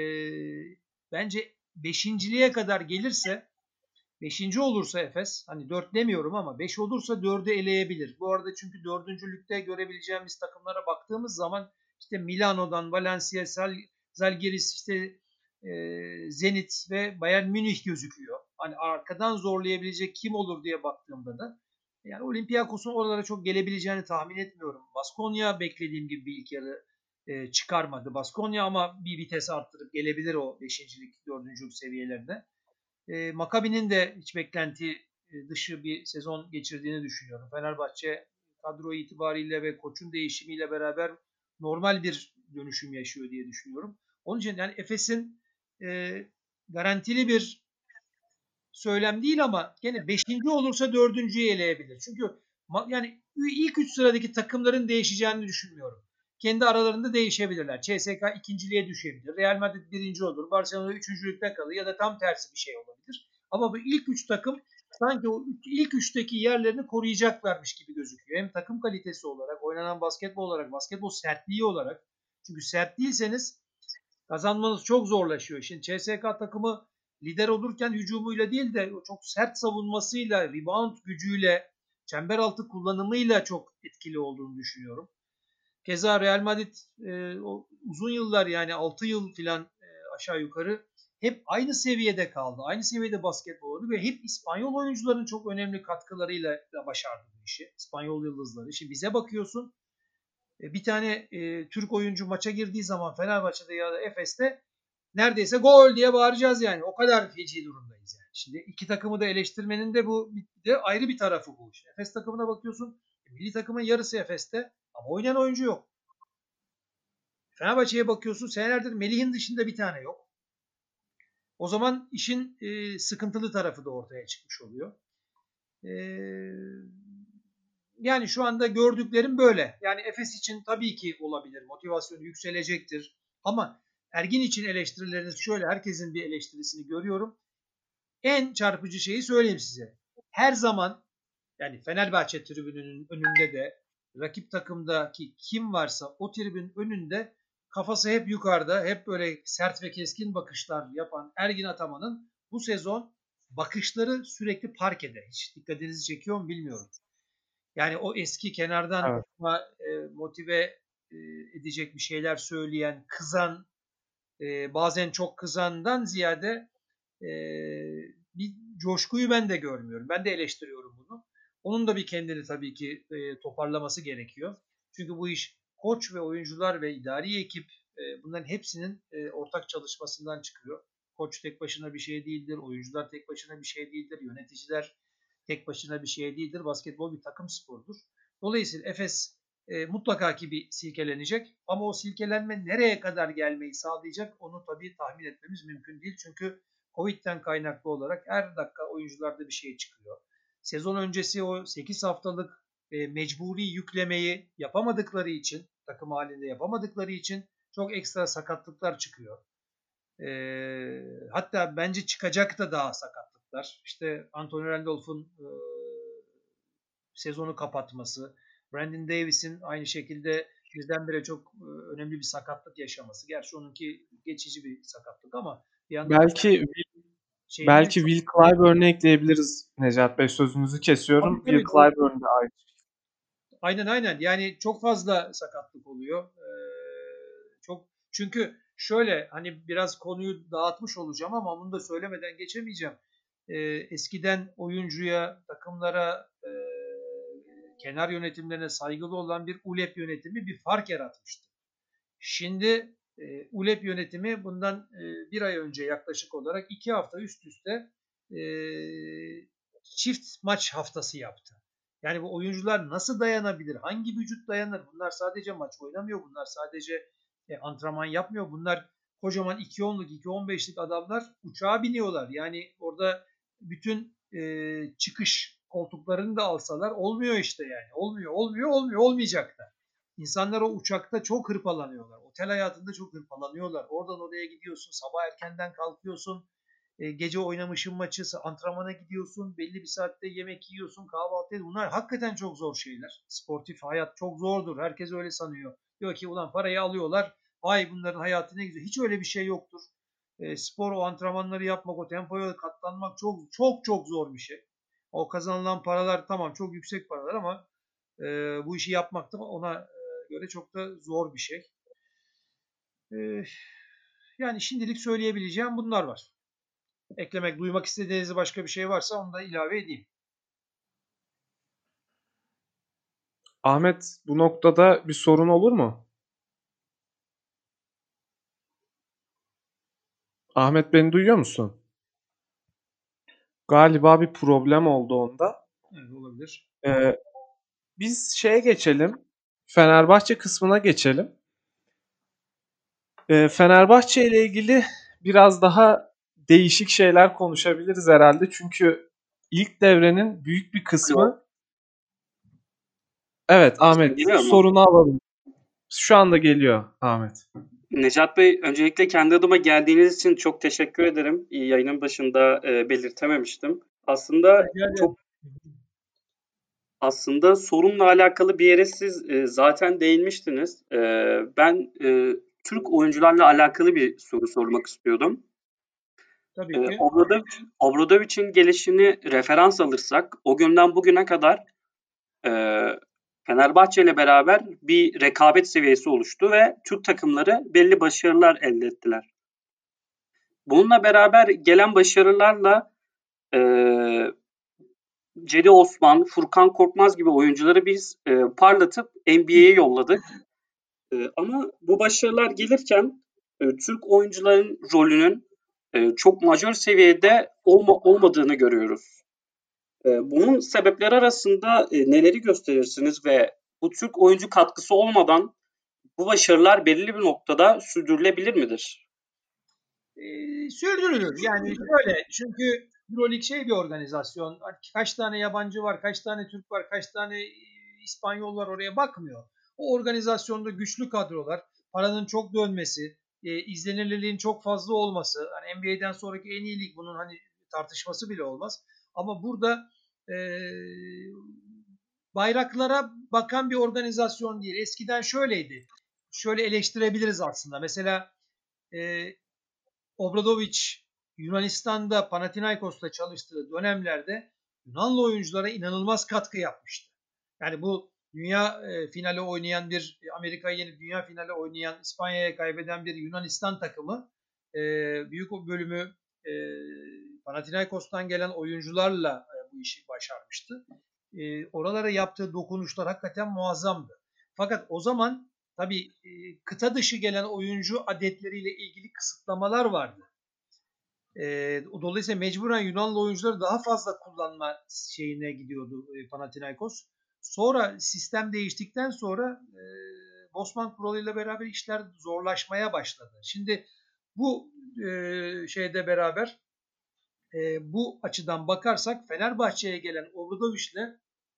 bence beşinciliğe kadar gelirse, beşinci olursa Efes, hani dört demiyorum ama beş olursa dördü eleyebilir. Bu arada çünkü dördüncülükte görebileceğimiz takımlara baktığımız zaman işte Milano'dan Valencia, Zalgiris, işte e, Zenit ve Bayern Münih gözüküyor. Hani arkadan zorlayabilecek kim olur diye baktığımda da yani Olympiakos'un oralara çok gelebileceğini tahmin etmiyorum. Baskonya beklediğim gibi bir ilk yarı e, çıkarmadı. Baskonya ama bir vites arttırıp gelebilir o beşincilik, dördüncülük seviyelerine. E, Maccabi'nin de hiç beklenti dışı bir sezon geçirdiğini düşünüyorum. Fenerbahçe kadro itibariyle ve koçun değişimiyle beraber normal bir dönüşüm yaşıyor diye düşünüyorum. Onun için yani Efes'in e, garantili bir söylem değil ama gene beşinci olursa dördüncüyü eleyebilir. Çünkü yani ilk üç sıradaki takımların değişeceğini düşünmüyorum. Kendi aralarında değişebilirler. C S K ikinciliğe düşebilir. Real Madrid birinci olur. Barcelona üçüncülükte kalır ya da tam tersi bir şey olabilir. Ama bu ilk üç takım sanki o ilk üçteki yerlerini koruyacaklarmış gibi gözüküyor. Hem takım kalitesi olarak, oynanan basketbol olarak, basketbol sertliği olarak. Çünkü sert değilseniz kazanmanız çok zorlaşıyor. Şimdi C S K takımı lider olurken hücumuyla değil de çok sert savunmasıyla, rebound gücüyle, çember altı kullanımıyla çok etkili olduğunu düşünüyorum. Keza Real Madrid e, o uzun yıllar yani altı yıl falan e, aşağı yukarı hep aynı seviyede kaldı. Aynı seviyede basketbol oynadı ve hep İspanyol oyuncuların çok önemli katkılarıyla da başardı bu işi. İspanyol yıldızları. Şimdi bize bakıyorsun, e, bir tane e, Türk oyuncu maça girdiği zaman Fenerbahçe'de ya da Efes'te neredeyse gol diye bağıracağız yani. O kadar feci durumdayız yani. Şimdi iki takımı da eleştirmenin de bu de ayrı bir tarafı bu. İşte Efes takımına bakıyorsun. Milli takımın yarısı Efes'te ama oynayan oyuncu yok. Fenerbahçe'ye bakıyorsun. Senelerdir Melih'in dışında bir tane yok. O zaman işin e, sıkıntılı tarafı da ortaya çıkmış oluyor. E, yani şu anda gördüklerim böyle. Yani Efes için tabii ki olabilir. Motivasyonu yükselecektir. Ama Ergin için eleştirileriniz şöyle. Herkesin bir eleştirisini görüyorum. En çarpıcı şeyi söyleyeyim size. Her zaman yani Fenerbahçe tribününün önünde de rakip takımdaki kim varsa o tribünün önünde kafası hep yukarıda, hep böyle sert ve keskin bakışlar yapan Ergin Ataman'ın bu sezon bakışları sürekli parkede. Hiç dikkatinizi çekiyor mu bilmiyorum. Yani o eski kenardan Evet. motive edecek bir şeyler söyleyen, kızan, bazen çok kızandan ziyade bir coşkuyu ben de görmüyorum. Ben de eleştiriyorum bunu. Onun da bir kendini tabii ki e, toparlaması gerekiyor. Çünkü bu iş koç ve oyuncular ve idari ekip e, bunların hepsinin e, ortak çalışmasından çıkıyor. Koç tek başına bir şey değildir, oyuncular tek başına bir şey değildir, yöneticiler tek başına bir şey değildir. Basketbol bir takım sporudur. Dolayısıyla Efes e, mutlaka ki bir silkelenecek ama o silkelenme nereye kadar gelmeyi sağlayacak onu tabii tahmin etmemiz mümkün değil. Çünkü Covid'den kaynaklı olarak her dakika oyuncularda bir şey çıkıyor. Sezon öncesi o sekiz haftalık e, mecburi yüklemeyi yapamadıkları için, takım halinde yapamadıkları için çok ekstra sakatlıklar çıkıyor. E, hatta bence çıkacak da daha sakatlıklar. İşte Anthony Randolph'un e, sezonu kapatması, Brandon Davis'in aynı şekilde birdenbire çok e, önemli bir sakatlık yaşaması. Gerçi onunki geçici bir sakatlık ama bir yandan Belki şeyini de belki çok... Will Clyburn'u ekleyebiliriz Necat Bey. Sözünüzü kesiyorum. Tabii Will tabii o Clyburn da aynı. aynen aynen. Yani çok fazla sakatlık oluyor. Ee, çok çünkü şöyle hani biraz konuyu dağıtmış olacağım ama bunu da söylemeden geçemeyeceğim. Ee, eskiden oyuncuya, takımlara, e, kenar yönetimlerine saygılı olan bir U L E P yönetimi bir fark yaratmıştı. Şimdi e, U L E P yönetimi bundan e, bir ay önce yaklaşık olarak iki hafta üst üste e, çift maç haftası yaptı. Yani bu oyuncular nasıl dayanabilir? Hangi vücut dayanır? Bunlar sadece maç oynamıyor. Bunlar sadece e, antrenman yapmıyor. Bunlar kocaman iki onluk, iki on beşlik adamlar uçağa biniyorlar. Yani orada bütün e, çıkış koltuklarını da alsalar olmuyor işte yani. Olmuyor, olmuyor, olmuyor, olmayacak da. İnsanlar o uçakta çok hırpalanıyorlar. Otel hayatında çok hırpalanıyorlar. Oradan oraya gidiyorsun, sabah erkenden kalkıyorsun. E, gece oynamışın maçı, antrenmana gidiyorsun, belli bir saatte yemek yiyorsun, kahvaltı ediyorsun. Bunlar hakikaten çok zor şeyler. Sportif hayat çok zordur. Herkes öyle sanıyor. Diyor ki ulan parayı alıyorlar. Ay bunların hayatı ne güzel. Hiç öyle bir şey yoktur. E, spor, o antrenmanları yapmak, o tempoya katlanmak çok çok çok zor bir şey. O kazanılan paralar tamam çok yüksek paralar ama e, bu işi yapmak da ona göre çok da zor bir şey. E, yani şimdilik söyleyebileceğim bunlar var. Eklemek, duymak istediğiniz başka bir şey varsa onu da ilave edeyim. Ahmet, bu noktada bir sorun olur mu? Ahmet, beni duyuyor musun? Galiba bir problem oldu onda. Evet, olabilir. Ee, biz şeye geçelim. Fenerbahçe kısmına geçelim. Ee, Fenerbahçe ile ilgili biraz daha değişik şeyler konuşabiliriz herhalde. Çünkü ilk devrenin büyük bir Alo, kısmı... Evet sesim Ahmet, geliyor mu? sorunu alalım. Şu anda geliyor Ahmet. Necat Bey, öncelikle kendi adıma geldiğiniz için çok teşekkür ederim. İyi, yayının başında e, belirtememiştim. Aslında Rica ederim. çok aslında sorunla alakalı bir yere siz e, zaten değinmiştiniz. E, ben e, Türk oyuncularla alakalı bir soru sormak istiyordum. E, Tabii ki. Obradovic, Obradovic'in gelişini referans alırsak, o günden bugüne kadar e, Fenerbahçe ile beraber bir rekabet seviyesi oluştu ve Türk takımları belli başarılar elde ettiler. Bununla beraber gelen başarılarla e, Cedi Osman, Furkan Korkmaz gibi oyuncuları biz e, parlatıp N B A'ye yolladık. E, ama bu başarılar gelirken e, Türk oyuncuların rolünün e, çok majör seviyede olma, olmadığını görüyoruz. E, bunun sebepleri arasında e, neleri gösterirsiniz ve bu Türk oyuncu katkısı olmadan bu başarılar belirli bir noktada sürdürülebilir midir? Ee, sürdürülür. Yani şöyle çünkü Euroleague şey bir organizasyon. Kaç tane yabancı var, kaç tane Türk var, kaç tane e, İspanyol var oraya bakmıyor. O organizasyonda güçlü kadrolar, paranın çok dönmesi, e, izlenirliliğin çok fazla olması. Hani N B A'den sonraki en iyi lig bunun hani tartışması bile olmaz. Ama burada e, bayraklara bakan bir organizasyon değil. Eskiden şöyleydi. Şöyle eleştirebiliriz aslında. Mesela e, Obradovic Yunanistan'da Panathinaikos'ta çalıştığı dönemlerde Yunanlı oyunculara inanılmaz katkı yapmıştı. Yani bu dünya e, finali oynayan bir Amerika'yı yenip dünya finali oynayan İspanya'ya kaybeden bir Yunanistan takımı e, büyük bölümü e, Panathinaikos'tan gelen oyuncularla e, bu işi başarmıştı. E, oralara yaptığı dokunuşlar hakikaten muazzamdı. Fakat o zaman tabii e, kıta dışı gelen oyuncu adetleriyle ilgili kısıtlamalar vardı. E, dolayısıyla mecburen Yunanlı oyuncuları daha fazla kullanma şeyine gidiyordu e, Panathinaikos. Sonra sistem değiştikten sonra e, Bosman kuralıyla beraber işler zorlaşmaya başladı. Şimdi bu e, şeyde beraber e, bu açıdan bakarsak Fenerbahçe'ye gelen Obradoviç'le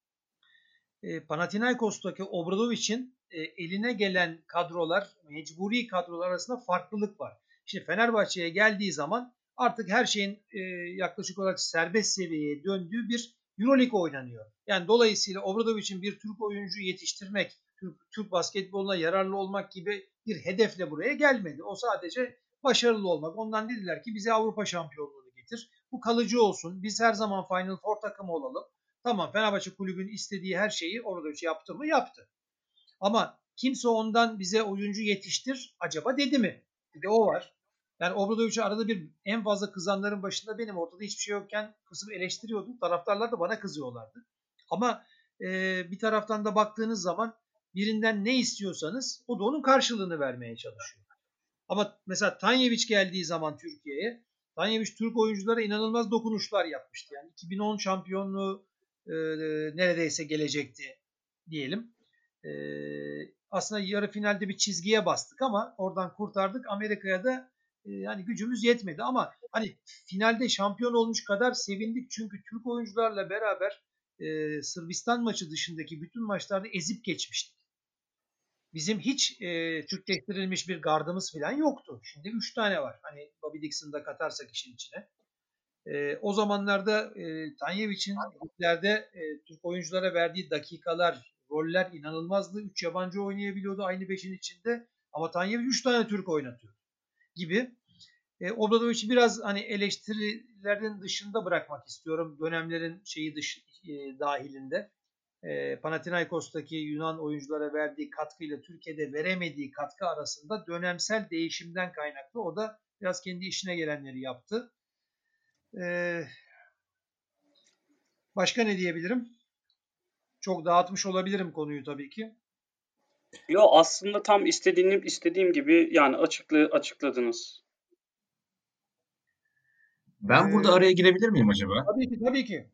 e, Panathinaikos'taki Obradovic'in e, eline gelen kadrolar, mecburi kadrolar arasında farklılık var. İşte Fenerbahçe'ye geldiği zaman artık her şeyin e, yaklaşık olarak serbest seviyeye döndüğü bir Euroleague oynanıyor. Yani dolayısıyla Obradovic'in bir Türk oyuncu yetiştirmek, Türk, Türk basketboluna yararlı olmak gibi bir hedefle buraya gelmedi. O sadece başarılı olmak. Ondan dediler ki bize Avrupa şampiyonluğunu getir. Bu kalıcı olsun. Biz her zaman Final Four takımı olalım. Tamam, Fenerbahçe kulübünün istediği her şeyi orada bir şey yaptı mı? Yaptı. Ama kimse ondan bize oyuncu yetiştir acaba dedi mi? Bir de o var. Yani Obradovic'i arada bir en fazla kızanların başında benim, ortada hiçbir şey yokken kısım eleştiriyordum. Taraftarlar da bana kızıyorlardı. Ama e, bir taraftan da baktığınız zaman birinden ne istiyorsanız o da onun karşılığını vermeye çalışıyor. Ama mesela Tanjevic geldiği zaman Türkiye'ye, Tanjevic Türk oyunculara inanılmaz dokunuşlar yapmıştı. Yani iki bin on şampiyonluğu e, neredeyse gelecekti diyelim. E, aslında yarı finalde bir çizgiye bastık ama oradan kurtardık. Amerika'ya da e, yani gücümüz yetmedi ama hani finalde şampiyon olmuş kadar sevindik çünkü Türk oyuncularla beraber e, Sırbistan maçı dışındaki bütün maçlarda ezip geçmiştik. Bizim hiç e, Türkleştirilmiş bir gardımız falan yoktu. Şimdi üç tane var. Hani Bobby Dixon'ı da katarsak işin içine. E, o zamanlarda e, Tanyevic'in liglerde e, Türk oyunculara verdiği dakikalar, roller inanılmazdı. Üç yabancı oynayabiliyordu aynı beşin içinde. Ama Tanyevic üç tane Türk oynatıyor gibi. E, Obradovic'i biraz hani eleştirilerin dışında bırakmak istiyorum. Dönemlerin şeyi dış, e, dahilinde. E, Panathinaikos'taki Yunan oyunculara verdiği katkıyla Türkiye'de veremediği katkı arasında dönemsel değişimden kaynaklı. O da biraz kendi işine gelenleri yaptı. E, başka ne diyebilirim? Çok dağıtmış olabilirim konuyu tabii ki. Yo, aslında tam istediğim istediğim gibi yani açıklı açıkladınız. Ben E, burada araya girebilir miyim acaba? tabii ki, tabii ki.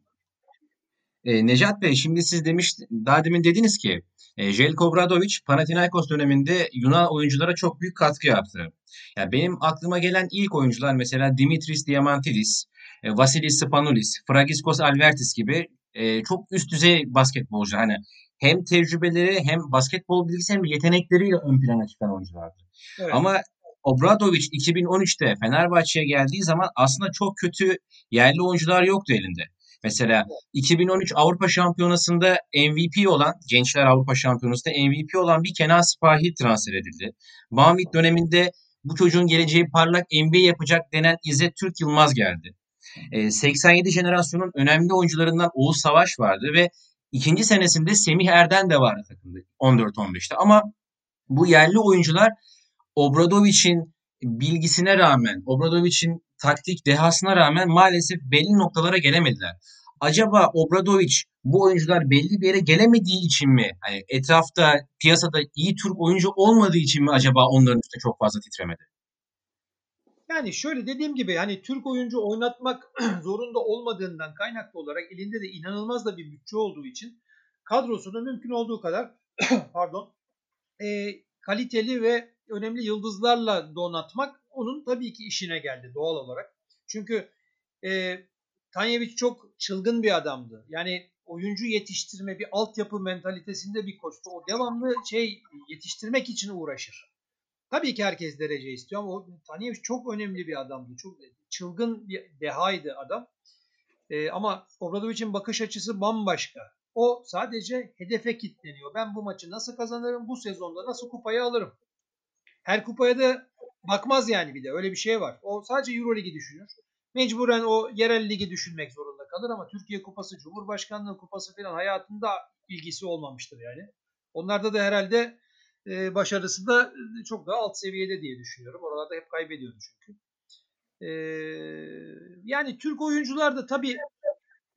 E, Necat Bey, şimdi siz demiş, daha demin dediniz ki e, Željko Obradović Panathinaikos döneminde Yunan oyunculara çok büyük katkı yaptı. Yani benim aklıma gelen ilk oyuncular mesela Dimitris Diamantidis, e, Vasilis Spanoulis, Fragiskos Alvertis gibi e, çok üst düzey basketbolcu. Hani hem tecrübeleri hem basketbol bilgisi hem yetenekleriyle ön plana çıkan oyunculardı. Evet. Ama Obradović iki bin on üçte Fenerbahçe'ye geldiği zaman aslında çok kötü yerli oyuncular yoktu elinde. Mesela iki bin on üç Avrupa Şampiyonası'nda M V P olan, Gençler Avrupa Şampiyonası'nda M V P olan bir Kenan Sipahi transfer edildi. Banvit döneminde bu çocuğun geleceği parlak N B A yapacak denen İzzet Türk Yılmaz geldi. E, seksen yedi jenerasyonun önemli oyuncularından Oğuz Savaş vardı ve ikinci senesinde Semih Erden de vardı takımda on dört on beşte. Ama bu yerli oyuncular Obradović'in bilgisine rağmen, Obradović'in taktik dehasına rağmen maalesef belli noktalara gelemediler. Acaba Obradović bu oyuncular belli bir yere gelemediği için mi? Hani etrafta, piyasada iyi Türk oyuncu olmadığı için mi acaba onların üstüne çok fazla titremedi? Yani şöyle dediğim gibi hani Türk oyuncu oynatmak zorunda olmadığından kaynaklı olarak elinde de inanılmaz da bir bütçe olduğu için kadrosunu mümkün olduğu kadar pardon e, kaliteli ve önemli yıldızlarla donatmak onun tabii ki işine geldi doğal olarak. Çünkü e, Tanjevic çok çılgın bir adamdı. Yani oyuncu yetiştirme, bir altyapı mentalitesinde bir koçtu. O devamlı şey yetiştirmek için uğraşır. Tabii ki herkes derece istiyor ama o Tanjevic çok önemli bir adamdı. Çok çılgın bir dehaydı adam. E, ama Obradovic'in bakış açısı bambaşka. O sadece hedefe kilitleniyor. Ben bu maçı nasıl kazanırım? Bu sezonda nasıl kupayı alırım? Her kupaya da bakmaz yani bir de. Öyle bir şey var. O sadece Euroligi düşünür. Mecburen o yerel ligi düşünmek zorunda kalır ama Türkiye Kupası, Cumhurbaşkanlığı Kupası falan hayatında ilgisi olmamıştır yani. Onlarda da herhalde e, başarısı da çok daha alt seviyede diye düşünüyorum. Oralarda hep kaybediyordu çünkü. E, yani Türk oyuncular da tabii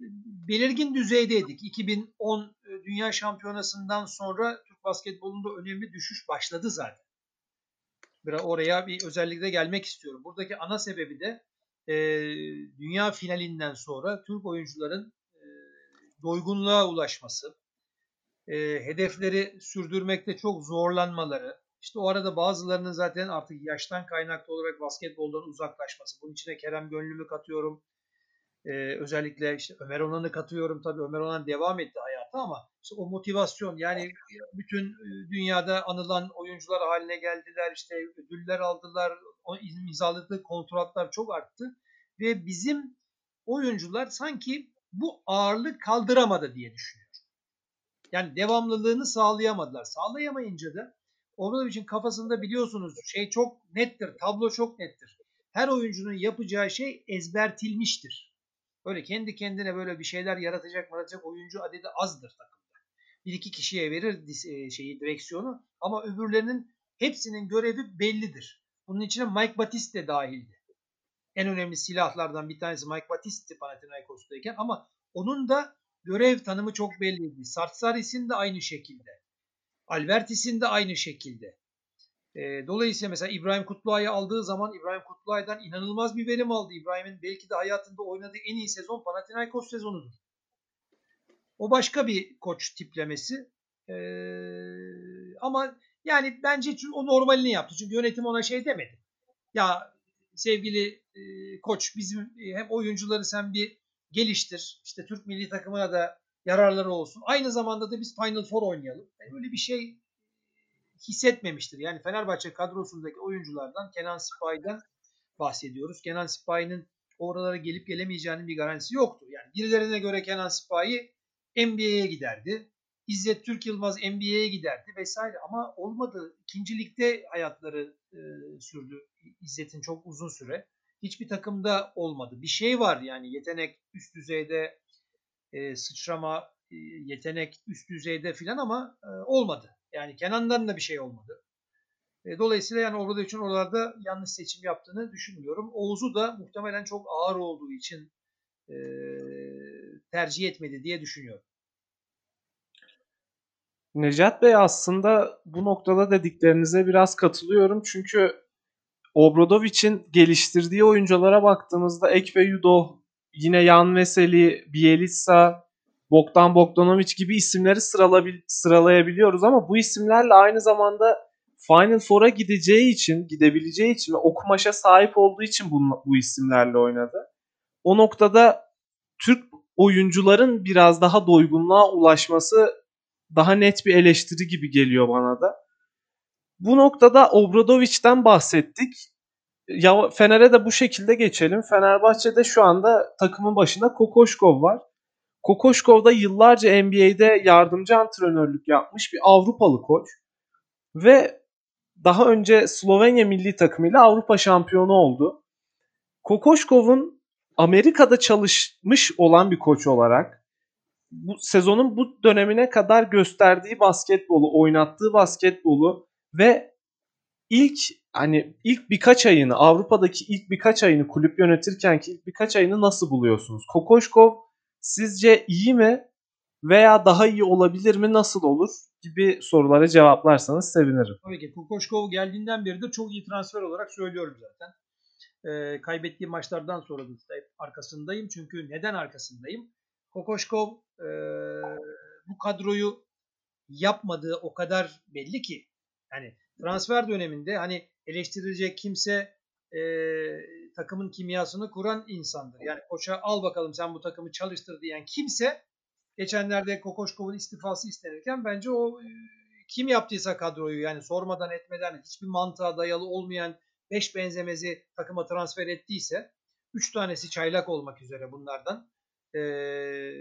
belirgin düzeydeydik. iki bin on Dünya Şampiyonası'ndan sonra Türk basketbolunda önemli düşüş başladı zaten. Biraz oraya bir özellikle gelmek istiyorum. Buradaki ana sebebi de e, dünya finalinden sonra Türk oyuncuların e, doygunluğa ulaşması, e, hedefleri sürdürmekte çok zorlanmaları, işte o arada bazılarının zaten artık yaştan kaynaklı olarak basketboldan uzaklaşması. Bunun içine Kerem Gönlüm'ü katıyorum. Ee, özellikle işte Ömer Onan'ı katıyorum. Tabii Ömer Onan devam etti hayata ama işte o motivasyon, yani bütün dünyada anılan oyuncular haline geldiler. İşte ödüller aldılar. O imzaladığı kontratlar çok arttı ve bizim oyuncular sanki bu ağırlık kaldıramadı diye düşünüyorum. Yani devamlılığını sağlayamadılar. Sağlayamayınca da Obradovic'in kafasında biliyorsunuz şey çok nettir. Tablo çok nettir. Her oyuncunun yapacağı şey ezbertilmiştir. Böyle kendi kendine böyle bir şeyler yaratacak yaratacak oyuncu adedi azdır takımda. Bir iki kişiye verir şeyi, direksiyonu, ama öbürlerinin hepsinin görevi bellidir. Bunun içine Mike Batiste de dahildi. En önemli silahlardan bir tanesi Mike Batiste'ti Panathinaikos'tayken, ama onun da görev tanımı çok belliydi. Sartsaris'in de aynı şekilde. Albertis'in de aynı şekilde. E, dolayısıyla mesela İbrahim Kutluay'ı aldığı zaman İbrahim Kutluay'dan inanılmaz bir verim aldı. İbrahim'in belki de hayatında oynadığı en iyi sezon Panathinaikos sezonudur. O başka bir koç tiplemesi. E, ama yani bence o normalini yaptı. Çünkü yönetim ona şey demedi. Ya sevgili e, koç, bizim e, hem oyuncuları sen bir geliştir. İşte Türk milli takımına da yararları olsun. Aynı zamanda da biz Final Four oynayalım. Yani öyle bir şey hissetmemiştir. Yani Fenerbahçe kadrosundaki oyunculardan Kenan Sipahi'den bahsediyoruz. Kenan Sipahi'nin oralara gelip gelemeyeceğinin bir garantisi yoktu. Yani birilerine göre Kenan Sipahi N B A'ye giderdi. İzzet Türk Yılmaz N B A'ye giderdi vesaire, ama olmadı. İkinci ligde hayatları e, sürdü İzzet'in çok uzun süre. Hiçbir takımda olmadı. Bir şey var yani, yetenek üst düzeyde, e, sıçrama e, yetenek üst düzeyde filan, ama e, olmadı. Yani Kenan'dan da bir şey olmadı. E, dolayısıyla yani orada için oralarda yanlış seçim yaptığını düşünmüyorum. Oğuz'u da muhtemelen çok ağır olduğu için e, tercih etmedi diye düşünüyorum. Necat Bey, aslında bu noktada dediklerinize biraz katılıyorum. Çünkü Obradovic'in geliştirdiği oyunculara baktığımızda Ek ve Yudo, yine Yan Veseli, Bielitsa, Bogdan Bogdanovic gibi isimleri sıralayabiliyoruz, ama bu isimlerle aynı zamanda Final Four'a gideceği için, gidebileceği için ve o kumaşa sahip olduğu için bu, bu isimlerle oynadı. O noktada Türk oyuncuların biraz daha doygunluğa ulaşması daha net bir eleştiri gibi geliyor bana da. Bu noktada Obradovic'den bahsettik. Ya Fener'e de bu şekilde geçelim. Fenerbahçe'de şu anda takımın başında Kokoşkov var. Kokoşkov da yıllarca N B A'de yardımcı antrenörlük yapmış bir Avrupalı koç. Ve daha önce Slovenya milli takımıyla Avrupa şampiyonu oldu. Kokoşkov'un Amerika'da çalışmış olan bir koç olarak bu sezonun bu dönemine kadar gösterdiği basketbolu, oynattığı basketbolu ve ilk hani ilk birkaç ayını, Avrupa'daki ilk birkaç ayını, kulüp yönetirken ki ilk birkaç ayını nasıl buluyorsunuz? Kokoşkov sizce iyi mi veya daha iyi olabilir mi, nasıl olur gibi sorulara cevaplarsanız sevinirim. Tabii ki Kokoşkov geldiğinden beri de çok iyi transfer olarak söylüyorum zaten. E, kaybettiği maçlardan sonra da hep arkasındayım. Çünkü neden arkasındayım? Kokoşkov e, bu kadroyu yapmadığı o kadar belli ki. Yani transfer döneminde hani eleştirilecek kimse e, takımın kimyasını kuran insandır. Yani koça al bakalım sen bu takımı çalıştır diyen kimse, geçenlerde Kokoşkov'un istifası istenirken bence o e, kim yaptıysa kadroyu, yani sormadan etmeden hiçbir mantığa dayalı olmayan beş benzemezi takıma transfer ettiyse, üç tanesi çaylak olmak üzere bunlardan, eee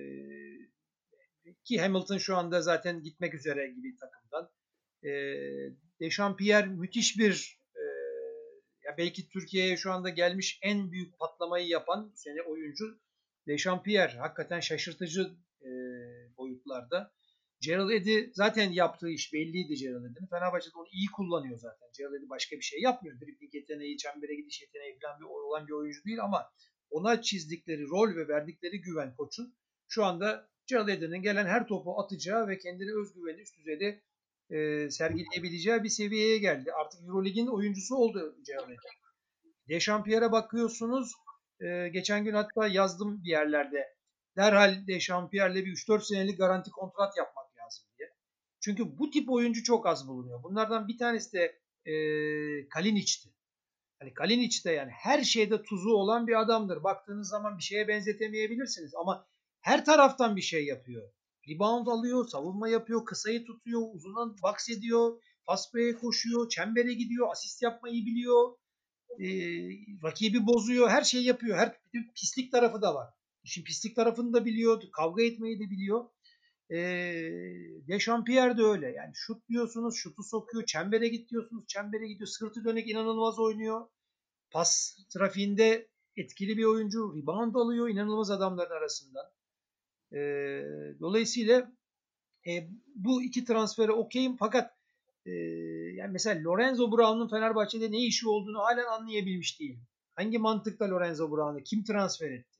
ki Hamilton şu anda zaten gitmek üzere gibi takımdan. E, Dechampierre müthiş bir e, ya belki Türkiye'ye şu anda gelmiş en büyük patlamayı yapan bu sene oyuncu Dechampierre. Hakikaten şaşırtıcı e, boyutlarda. Gerald Eddy zaten yaptığı iş belliydi Gerald Eddy'nin. Fenerbahçe'de onu iyi kullanıyor zaten. Gerald Eddy başka bir şey yapmıyor. Dribling yeteneği, çembere gidiş yeteneği falan bir olan bir oyuncu değil, ama ona çizdikleri rol ve verdikleri güven koçun şu anda Caledon'un gelen her topu atacağı ve kendine özgüveni üst düzeyde e, sergileyebileceği bir seviyeye geldi. Artık Eurolig'in oyuncusu oldu Caledon. Dechampierre'e bakıyorsunuz. E, geçen gün hatta yazdım bir yerlerde. Derhal Dechampierre'le bir üç dört senelik garanti kontrat yapmak lazım diye. Çünkü bu tip oyuncu çok az bulunuyor. Bunlardan bir tanesi de e, Kalinic'ti. Hani Kalinic de yani her şeyde tuzu olan bir adamdır. Baktığınız zaman bir şeye benzetemeyebilirsiniz ama her taraftan bir şey yapıyor. Rebound alıyor, savunma yapıyor, kısayı tutuyor, uzundan box ediyor, fast break'e koşuyor, çembere gidiyor, asist yapmayı biliyor, e, rakibi bozuyor, her şeyi yapıyor. Her pislik tarafı da var. İşin pislik tarafını da biliyor, kavga etmeyi de biliyor. E, Dechampierre de öyle. Yani şut diyorsunuz, şutu sokuyor, çembere git diyorsunuz, çembere gidiyor, sırtı dönük inanılmaz oynuyor. Pas trafiğinde etkili bir oyuncu. Rebound alıyor inanılmaz adamların arasından. E, dolayısıyla e, bu iki transfere okeyim fakat e, yani mesela Lorenzo Brown'un Fenerbahçe'de ne işi olduğunu halen anlayabilmiş değilim. Hangi mantıkla Lorenzo Brown'u kim transfer etti?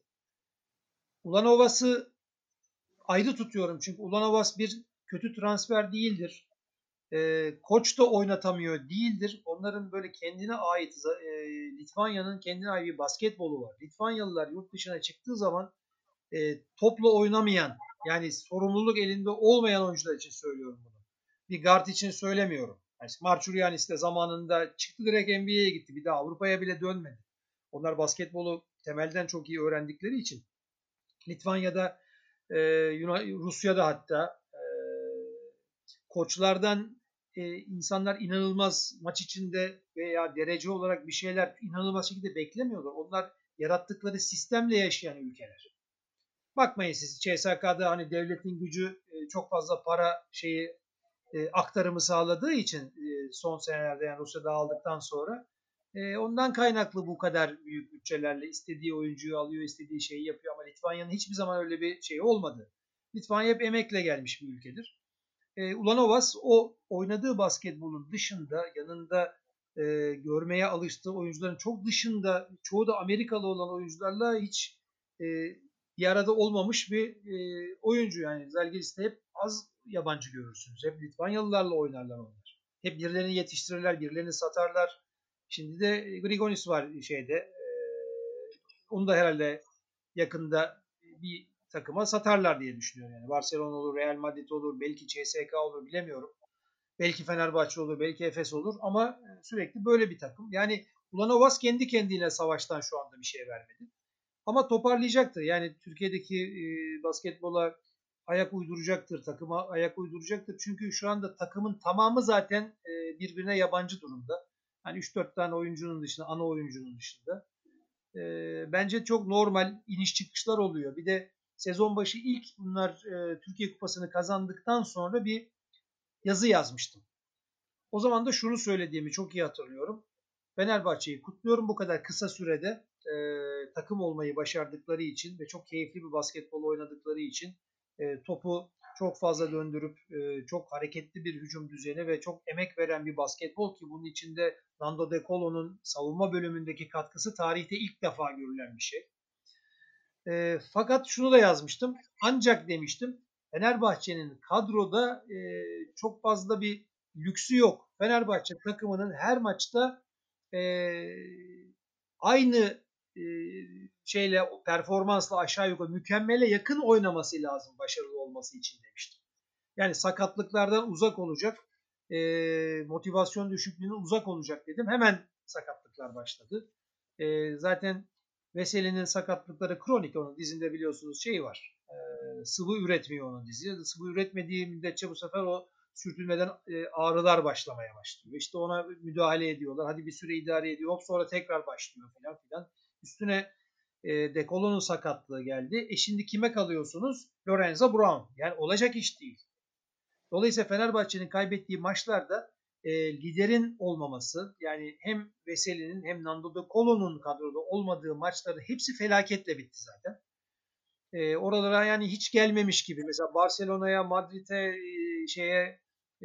Ulanovas'ı ayrı tutuyorum çünkü Ulanovas bir kötü transfer değildir. E, koç da oynatamıyor değildir. Onların böyle kendine ait e, Litvanya'nın kendine ait bir basketbolu var. Litvanyalılar yurt dışına çıktığı zaman e, topla oynamayan yani sorumluluk elinde olmayan oyuncular için söylüyorum bunu. Bir guard için söylemiyorum. Yani Marciulionis de zamanında çıktı direkt N B A'ye gitti. Bir daha Avrupa'ya bile dönmedi. Onlar basketbolu temelden çok iyi öğrendikleri için. Litvanya'da, e, Rusya'da hatta e, koçlardan e, insanlar inanılmaz maç içinde veya derece olarak bir şeyler inanılmaz şekilde beklemiyorlar. Onlar yarattıkları sistemle yaşayan ülkeler. Bakmayın siz C S K'da hani devletin gücü e, çok fazla para şeyi e, aktarımı sağladığı için e, son senelerde yani Rusya'da aldıktan sonra e, ondan kaynaklı bu kadar büyük bütçelerle istediği oyuncuyu alıyor, istediği şeyi yapıyor ama Litvanya'nın hiçbir zaman öyle bir şeyi olmadı. Litvanya hep emekle gelmiş bir ülkedir. E, Ulanovas o oynadığı basketbolun dışında yanında e, görmeye alıştığı oyuncuların çok dışında çoğu da Amerikalı olan oyuncularla hiç e, bir arada olmamış bir e, oyuncu yani. Zalgiris'te hep az yabancı görürsünüz. Hep Litvanyalılarla oynarlar onlar. Hep birilerini yetiştirirler, birilerini satarlar. Şimdi de Grigonis var şeyde. E, onu da herhalde yakında bir takıma satarlar diye düşünüyorum. Yani Barcelona olur, Real Madrid olur, belki C S K olur bilemiyorum. Belki Fenerbahçe olur, belki Efes olur ama sürekli böyle bir takım. Yani Ulanovas kendi kendiyle savaştan şu anda bir şey vermedi. Ama toparlayacaktır. Yani Türkiye'deki e, basketbola ayak uyduracaktır, takıma ayak uyduracaktır. Çünkü şu anda takımın tamamı zaten e, birbirine yabancı durumda. Hani üç dört tane oyuncunun dışında, ana oyuncunun dışında. E, bence çok normal iniş çıkışlar oluyor. Bir de sezon başı ilk bunlar e, Türkiye Kupası'nı kazandıktan sonra bir yazı yazmıştım. O zaman da şunu söylediğimi çok iyi hatırlıyorum. Fenerbahçe'yi kutluyorum bu kadar kısa sürede e, takım olmayı başardıkları için ve çok keyifli bir basketbol oynadıkları için e, topu çok fazla döndürüp e, çok hareketli bir hücum düzeni ve çok emek veren bir basketbol ki bunun içinde Nando De Colo'nun savunma bölümündeki katkısı tarihte ilk defa görülen bir şey. E, fakat şunu da yazmıştım. Ancak demiştim Fenerbahçe'nin kadroda e, çok fazla bir lüksü yok. Fenerbahçe takımının her maçta e, aynı e, şeyle performansla aşağı yukarı mükemmele yakın oynaması lazım başarılı olması için demiştim. Yani sakatlıklardan uzak olacak, e, motivasyon düşüklüğünden uzak olacak dedim. Hemen sakatlıklar başladı. E, zaten Veseli'nin sakatlıkları kronik, onun dizinde biliyorsunuz şey var. E, sıvı üretmiyor onun dizi. Sıvı üretmediği müddetçe bu sefer o sürtünmeden e, ağrılar başlamaya başlıyor. İşte ona müdahale ediyorlar. Hadi bir süre idare ediyor. Hop sonra tekrar başlıyor filan filan. Üstüne e, De Colo'nun sakatlığı geldi. E şimdi kime kalıyorsunuz? Lorenzo Brown. Yani olacak iş değil. Dolayısıyla Fenerbahçe'nin kaybettiği maçlarda e, liderin olmaması, yani hem Veseli'nin hem Nando De Colo'nun kadroda olmadığı maçlarda hepsi felaketle bitti zaten. E, oralara yani hiç gelmemiş gibi. Mesela Barcelona'ya, Madrid'e, e, şeye e,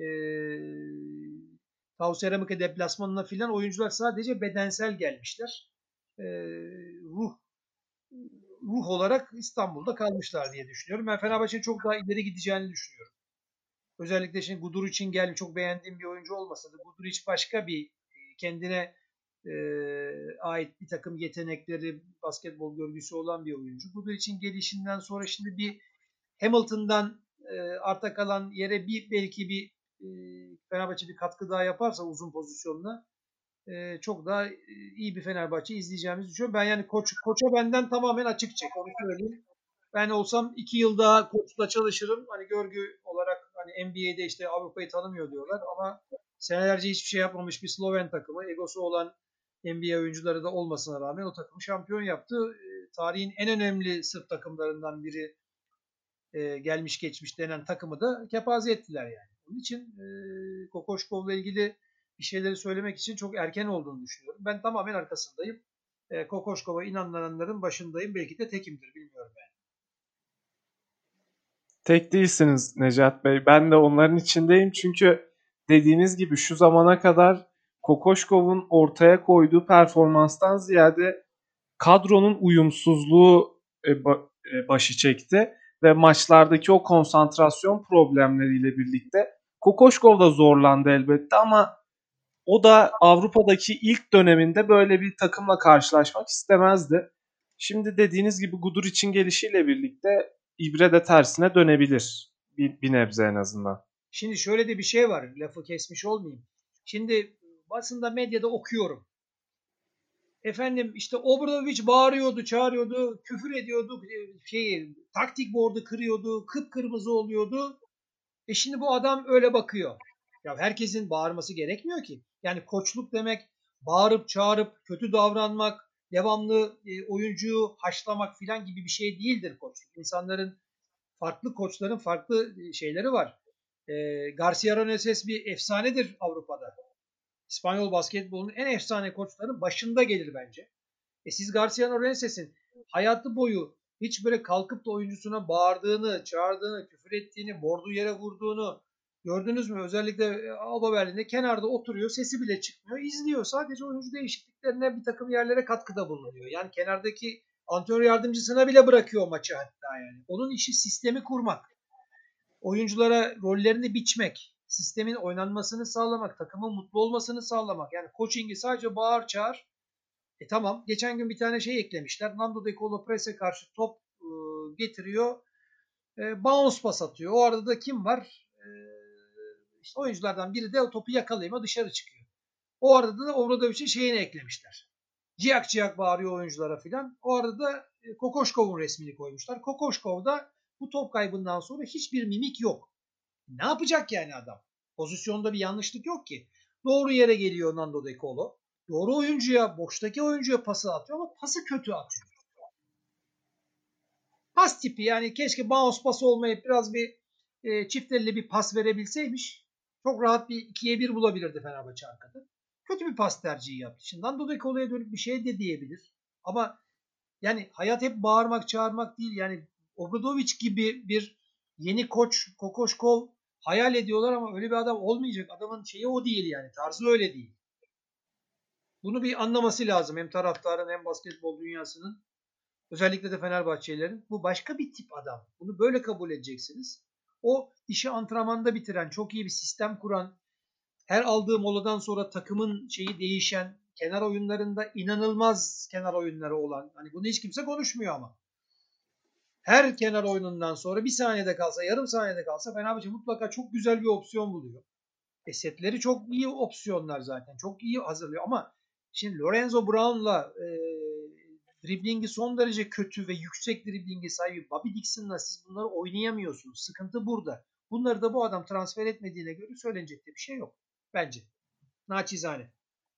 Tau Ceramika deplasmanına filan oyuncular sadece bedensel gelmişler. E, ruh ruh olarak İstanbul'da kalmışlar diye düşünüyorum. Ben Fenerbahçe'nin çok daha ileri gideceğini düşünüyorum. Özellikle şimdi Guduric'in geldi, çok beğendiğim bir oyuncu olmasa da Guduric başka bir kendine e, ait bir takım yetenekleri, basketbol görgüsü olan bir oyuncu. Guduric'in gelişinden sonra şimdi bir Hamilton'dan e, arta kalan yere bir belki bir e, Fenerbahçe bir katkı daha yaparsa uzun pozisyonla e, çok daha e, iyi bir Fenerbahçe izleyeceğimizi düşünüyorum. Ben yani koç koça benden tamamen açık çek. Onu söyleyeyim. Ben olsam iki yıl daha koçla çalışırım. Hani görgü olarak hani N B A'de işte Avrupa'yı tanımıyor diyorlar ama senelerce hiçbir şey yapmamış bir Sloven takımı, egosu olan N B A oyuncuları da olmasına rağmen o takımı şampiyon yaptı. E, tarihin en önemli Sırp takımlarından biri e, gelmiş geçmiş denen takımı da kepaze ettiler yani. Onun için e, Kokoşkov'la ilgili bir şeyleri söylemek için çok erken olduğunu düşünüyorum. Ben tamamen arkasındayım. E, Kokoşkov'a inananların başındayım. Belki de tekimdir, bilmiyorum yani. Tek değilsiniz Necat Bey. Ben de onların içindeyim çünkü dediğiniz gibi şu zamana kadar Kokoşkov'un ortaya koyduğu performanstan ziyade kadronun uyumsuzluğu e, ba- e, başı çekti ve maçlardaki o konsantrasyon problemleriyle birlikte Kokoşkov da zorlandı elbette ama o da Avrupa'daki ilk döneminde böyle bir takımla karşılaşmak istemezdi. Şimdi dediğiniz gibi Guduric'in gelişiyle birlikte ibre de tersine dönebilir. Bir, bir nebze en azından. Şimdi şöyle de bir şey var. Lafı kesmiş olmayayım. Şimdi basında, medyada okuyorum. Efendim işte Obradovic bağırıyordu, çağırıyordu, küfür ediyordu, şeyi, taktik board'u kırıyordu, kıpkırmızı oluyordu. E şimdi bu adam öyle bakıyor. Ya herkesin bağırması gerekmiyor ki. Yani koçluk demek bağırıp çağırıp kötü davranmak, devamlı e, oyuncuyu haşlamak filan gibi bir şey değildir koçluk. İnsanların, farklı koçların farklı şeyleri var. E, Garcia Roneses bir efsanedir Avrupa'da. İspanyol basketbolunun en efsane koçların başında gelir bence. E siz Garcia Roneses'in hayatı boyu hiç böyle kalkıp da oyuncusuna bağırdığını, çağırdığını, küfür ettiğini, bordu yere vurduğunu gördünüz mü? Özellikle Alba Berlin'de kenarda oturuyor, sesi bile çıkmıyor, izliyor. Sadece oyuncu değişikliklerine bir takım yerlere katkıda bulunuyor. Yani kenardaki antrenör yardımcısına bile bırakıyor maçı hatta yani. Onun işi sistemi kurmak. Oyunculara rollerini biçmek, sistemin oynanmasını sağlamak, takımın mutlu olmasını sağlamak. Yani coaching'i sadece bağır çağır. E tamam, geçen gün bir tane şey eklemişler. Nando De Colo press'e karşı top e, getiriyor. E, bounce pas atıyor. O arada da kim var? E, işte oyunculardan biri de o topu yakalayama dışarı çıkıyor. O arada da Obradovic'in şeyini eklemişler. Ciyak ciyak bağırıyor oyunculara filan. O arada da e, Kokoşkov'un resmini koymuşlar. Kokoşkov'da bu top kaybından sonra hiçbir mimik yok. Ne yapacak yani adam? Pozisyonda bir yanlışlık yok ki. Doğru yere geliyor Nando De Colo. Doğru oyuncuya, boştaki oyuncuya pası atıyor ama pası kötü atıyor. Pas tipi, yani keşke bounce pası olmayıp biraz bir e, çift elle bir pas verebilseymiş. Çok rahat bir ikiye bir bulabilirdi Fenerbahçe arkada. Kötü bir pas tercihi yaptı. Şimdi Nando De Colo'ya dönüp bir şey de diyebilir. Ama yani hayat hep bağırmak, çağırmak değil. Yani Obradovic gibi bir yeni koç, Kokoşkov hayal ediyorlar ama öyle bir adam olmayacak. Adamın şeyi o değil yani. Tarzı öyle değil. Bunu bir anlaması lazım hem taraftarın hem basketbol dünyasının. Özellikle de Fenerbahçelilerin. Bu başka bir tip adam. Bunu böyle kabul edeceksiniz. O işi antrenmanda bitiren, çok iyi bir sistem kuran, her aldığı moladan sonra takımın şeyi değişen, kenar oyunlarında inanılmaz kenar oyunları olan. Hani bunu hiç kimse konuşmuyor ama. Her kenar oyunundan sonra bir saniyede kalsa, yarım saniyede kalsa Fenerbahçe mutlaka çok güzel bir opsiyon buluyor. E setleri çok iyi opsiyonlar zaten. Çok iyi hazırlıyor ama şimdi Lorenzo Brown'la e, driblingi son derece kötü ve yüksek driblingi sahibi Bobby Dixon'la siz bunları oynayamıyorsunuz. Sıkıntı burada. Bunları da bu adam transfer etmediğine göre söylenecek de bir şey yok. Bence. Naçizane.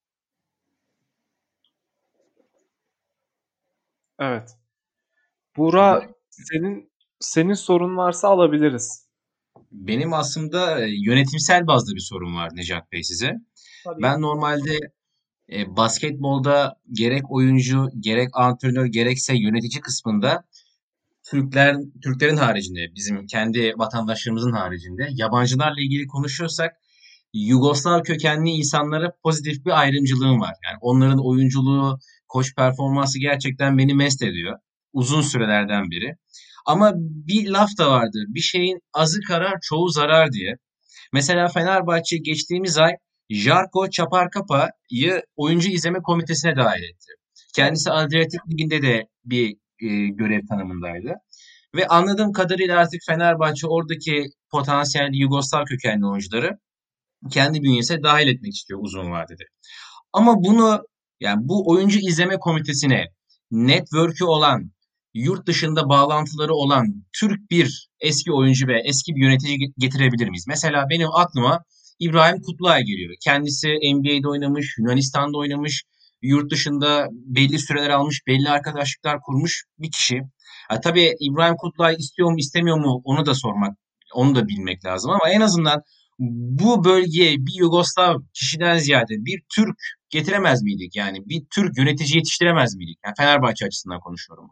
Evet. Buğra, senin senin sorun varsa alabiliriz. Benim aslında e, yönetimsel bazda bir sorum var Necat Bey size. Tabii. Ben normalde e, basketbolda gerek oyuncu, gerek antrenör, gerekse yönetici kısmında Türkler, Türklerin haricinde, bizim kendi vatandaşlarımızın haricinde yabancılarla ilgili konuşuyorsak Yugoslav kökenli insanlara pozitif bir ayrımcılığım var. Yani onların oyunculuğu, koç performansı gerçekten beni mest ediyor. uzun sürelerden beri. Ama bir laf da vardır. Bir şeyin azı karar, çoğu zarar diye. Mesela Fenerbahçe geçtiğimiz ay Jarko Çaparkapa'yı oyuncu izleme komitesine dahil etti. Evet. Kendisi Adriyatik Ligi'nde de bir e, görev tanımındaydı. Ve anladığım kadarıyla artık Fenerbahçe oradaki potansiyel Yugoslav kökenli oyuncuları kendi bünyesine dahil etmek istiyor uzun vadede. Ama bunu yani bu oyuncu izleme komitesine network'ü olan, yurt dışında bağlantıları olan Türk bir eski oyuncu ve eski bir yönetici getirebilir miyiz? Mesela benim aklıma İbrahim Kutluay geliyor. Kendisi N B A'de oynamış, Yunanistan'da oynamış, yurt dışında belli süreler almış, belli arkadaşlıklar kurmuş bir kişi. Ha, tabii İbrahim Kutluay istiyor mu istemiyor mu onu da sormak, onu da bilmek lazım ama en azından bu bölgeye bir Yugoslav kişiden ziyade bir Türk getiremez miydik? Yani bir Türk yönetici yetiştiremez miydik? Yani Fenerbahçe açısından konuşuyorum.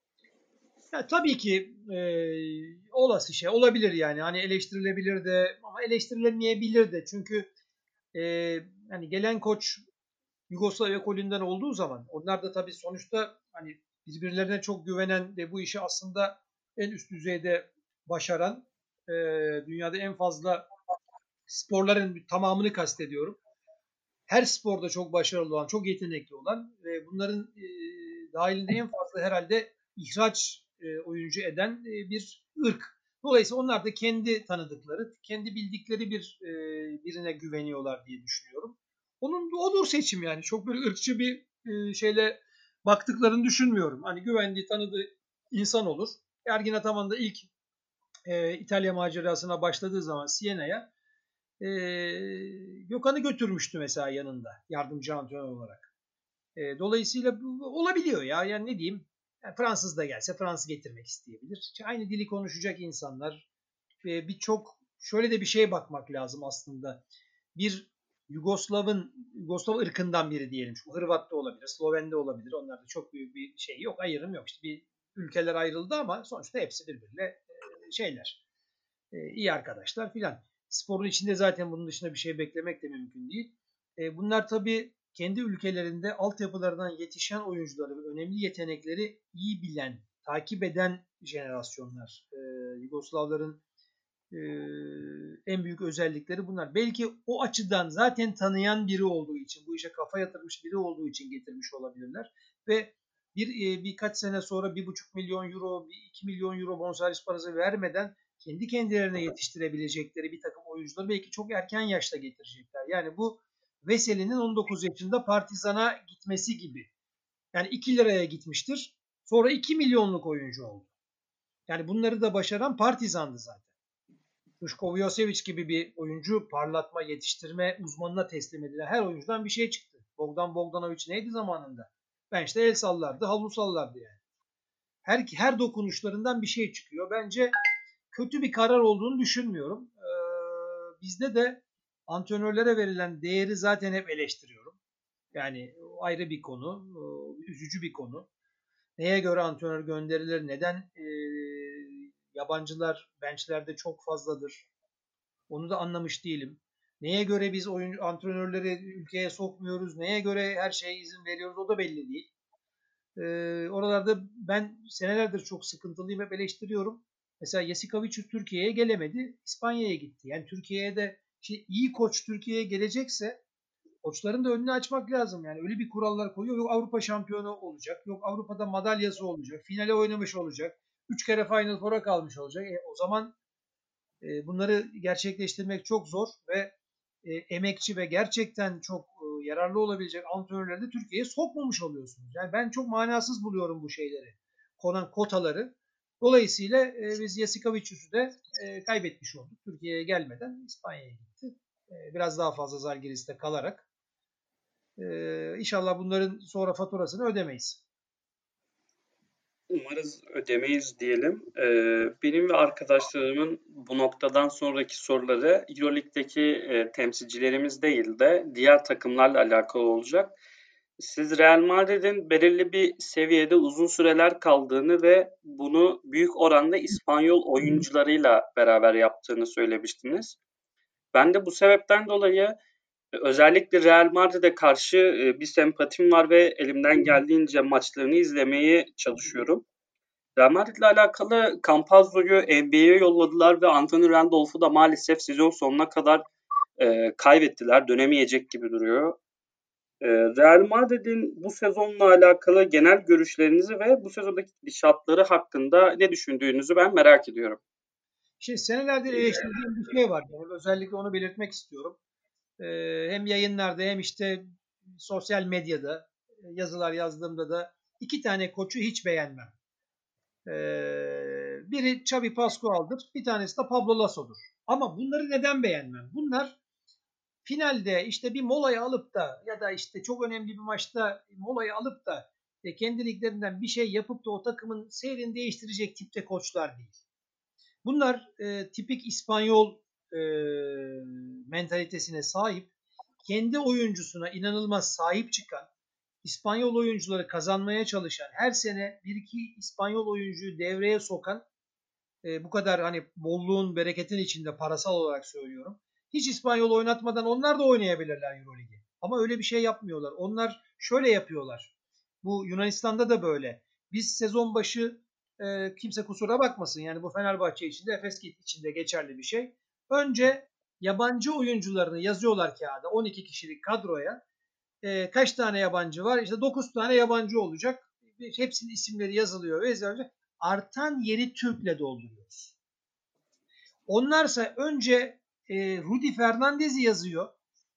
Ya, tabii ki e, olası şey olabilir yani. Hani eleştirilebilir de ama eleştirilemeyebilir de. Çünkü e, hani gelen koç Yugoslav ekolünden olduğu zaman onlar da tabii sonuçta hani birbirlerine çok güvenen ve bu işi aslında en üst düzeyde başaran, e, dünyada en fazla sporların tamamını kastediyorum. Her sporda çok başarılı olan, çok yetenekli olan ve bunların e, dahilinde en fazla herhalde ihraç e, oyuncu eden e, bir ırk. Dolayısıyla onlar da kendi tanıdıkları, kendi bildikleri bir e, birine güveniyorlar diye düşünüyorum. Onun odur seçim yani. Çok böyle ırkçı bir e, şeyle baktıklarını düşünmüyorum. Hani güvendiği, tanıdığı insan olur. Ergin Ataman da ilk e, İtalya macerasına başladığı zaman Siena'ya e, Gökhan'ı götürmüştü mesela yanında yardımcı antrenör olarak. E, dolayısıyla bu olabiliyor ya. Yani ne diyeyim? Yani Fransız da gelse Fransız getirmek isteyebilir. İşte aynı dili konuşacak insanlar. E, Birçok şöyle de bir şeye bakmak lazım aslında. Bir Yugoslav'ın Yugoslav ırkından biri diyelim. Şu Hırvat da olabilir, Sloven de olabilir. Onlarda çok büyük bir şey yok, ayrım yok. İşte bir ülkeler ayrıldı ama sonuçta hepsi birbiriyle e, şeyler. E, iyi arkadaşlar filan. Sporun içinde zaten bunun dışında bir şey beklemek de mümkün değil. E, bunlar tabii kendi ülkelerinde altyapılardan yetişen oyuncuları ve önemli yetenekleri iyi bilen, takip eden jenerasyonlar. E, Yugoslavların e, en büyük özellikleri bunlar. Belki o açıdan zaten tanıyan biri olduğu için, bu işe kafa yatırmış biri olduğu için getirmiş olabilirler. Ve bir e, birkaç sene sonra bir buçuk milyon euro, iki milyon euro bonservis parası vermeden kendi kendilerine yetiştirebilecekleri bir takım oyuncuları belki çok erken yaşta getirecekler. Yani bu Veseli'nin on dokuz yaşında Partizan'a gitmesi gibi. Yani iki liraya gitmiştir. Sonra iki milyonluk oyuncu oldu. Yani bunları da başaran Partizan'dı zaten. Duško Vujosević gibi bir oyuncu parlatma, yetiştirme uzmanına teslim edilen her oyuncudan bir şey çıktı. Bogdan Bogdanović neydi zamanında? Ben işte el sallardı, havlu sallardı yani. Her, her dokunuşlarından bir şey çıkıyor. Bence kötü bir karar olduğunu düşünmüyorum. Ee, bizde de antrenörlere verilen değeri zaten hep eleştiriyorum. Yani ayrı bir konu, üzücü bir konu. Neye göre antrenör gönderilir, neden e, yabancılar benchlerde çok fazladır? Onu da anlamış değilim. Neye göre biz oyun antrenörleri ülkeye sokmuyoruz, neye göre her şeye izin veriyoruz o da belli değil. Ee, oralarda ben senelerdir çok sıkıntılıyım, hep eleştiriyorum. Mesela Yasikavicius Türkiye'ye gelemedi, İspanya'ya gitti. Yani Türkiye'ye de şey, iyi koç Türkiye'ye gelecekse koçların da önünü açmak lazım. Yani öyle bir kurallar koyuyor. Yok Avrupa şampiyonu olacak, yok Avrupa'da madalyası olacak, finale oynamış olacak, üç kere Final Four'a kalmış olacak. E, o zaman e, bunları gerçekleştirmek çok zor ve e, emekçi ve gerçekten çok e, yararlı olabilecek antrenörleri de Türkiye'ye sokmamış oluyorsunuz. Yani ben çok manasız buluyorum bu şeyleri, konan kotaları. Dolayısıyla e, biz Yasikavicius'u da e, kaybetmiş olduk. Türkiye'ye gelmeden İspanya'ya gitti. E, biraz daha fazla Zalgiris'te kalarak. E, İnşallah bunların sonra faturasını ödemeyiz. Umarız ödemeyiz diyelim. Ee, benim ve arkadaşlarımın bu noktadan sonraki soruları Euroleague'deki e, temsilcilerimiz değil de diğer takımlarla alakalı olacak. Siz Real Madrid'in belirli bir seviyede uzun süreler kaldığını ve bunu büyük oranda İspanyol oyuncularıyla beraber yaptığını söylemiştiniz. Ben de bu sebepten dolayı özellikle Real Madrid'e karşı bir sempatim var ve elimden geldiğince maçlarını izlemeye çalışıyorum. Real Madrid'le alakalı Campazzo'yu N B A'ye yolladılar ve Anthony Randolph'u da maalesef sezon sonuna kadar e, kaybettiler. Dönemeyecek gibi duruyor. E, Real Madrid'in bu sezonla alakalı genel görüşlerinizi ve bu sezondaki gidişatları hakkında ne düşündüğünüzü ben merak ediyorum. Şimdi senelerdir eleştirdiğim bir şey var. Yani özellikle onu belirtmek istiyorum. Ee, hem yayınlarda hem işte sosyal medyada yazılar yazdığımda da iki tane koçu hiç beğenmem. Ee, biri Xavi Pascual'dır, bir tanesi de Pablo Lasso'dur. Ama bunları neden beğenmem? Bunlar finalde işte bir molayı alıp da ya da işte çok önemli bir maçta molayı alıp da e, kendi liglerinden bir şey yapıp da o takımın seyrini değiştirecek tipte koçlar değil. Bunlar e, tipik İspanyol e, mentalitesine sahip, kendi oyuncusuna inanılmaz sahip çıkan, İspanyol oyuncuları kazanmaya çalışan, her sene bir iki İspanyol oyuncuyu devreye sokan, e, bu kadar hani bolluğun, bereketin içinde parasal olarak söylüyorum. Hiç İspanyol oynatmadan onlar da oynayabilirler Euroligi. Ama öyle bir şey yapmıyorlar. Onlar şöyle yapıyorlar. Bu Yunanistan'da da böyle. Biz sezon başı e, kimse kusura bakmasın. Yani bu Fenerbahçe için de Efes için de geçerli bir şey. Önce yabancı oyuncularını yazıyorlar kağıda on iki kişilik kadroya. E, kaç tane yabancı var? İşte dokuz tane yabancı olacak. Hepsinin isimleri yazılıyor ve artan yeri Türk'le dolduruyoruz. Onlarsa önce e, Rudy Fernandez'i yazıyor.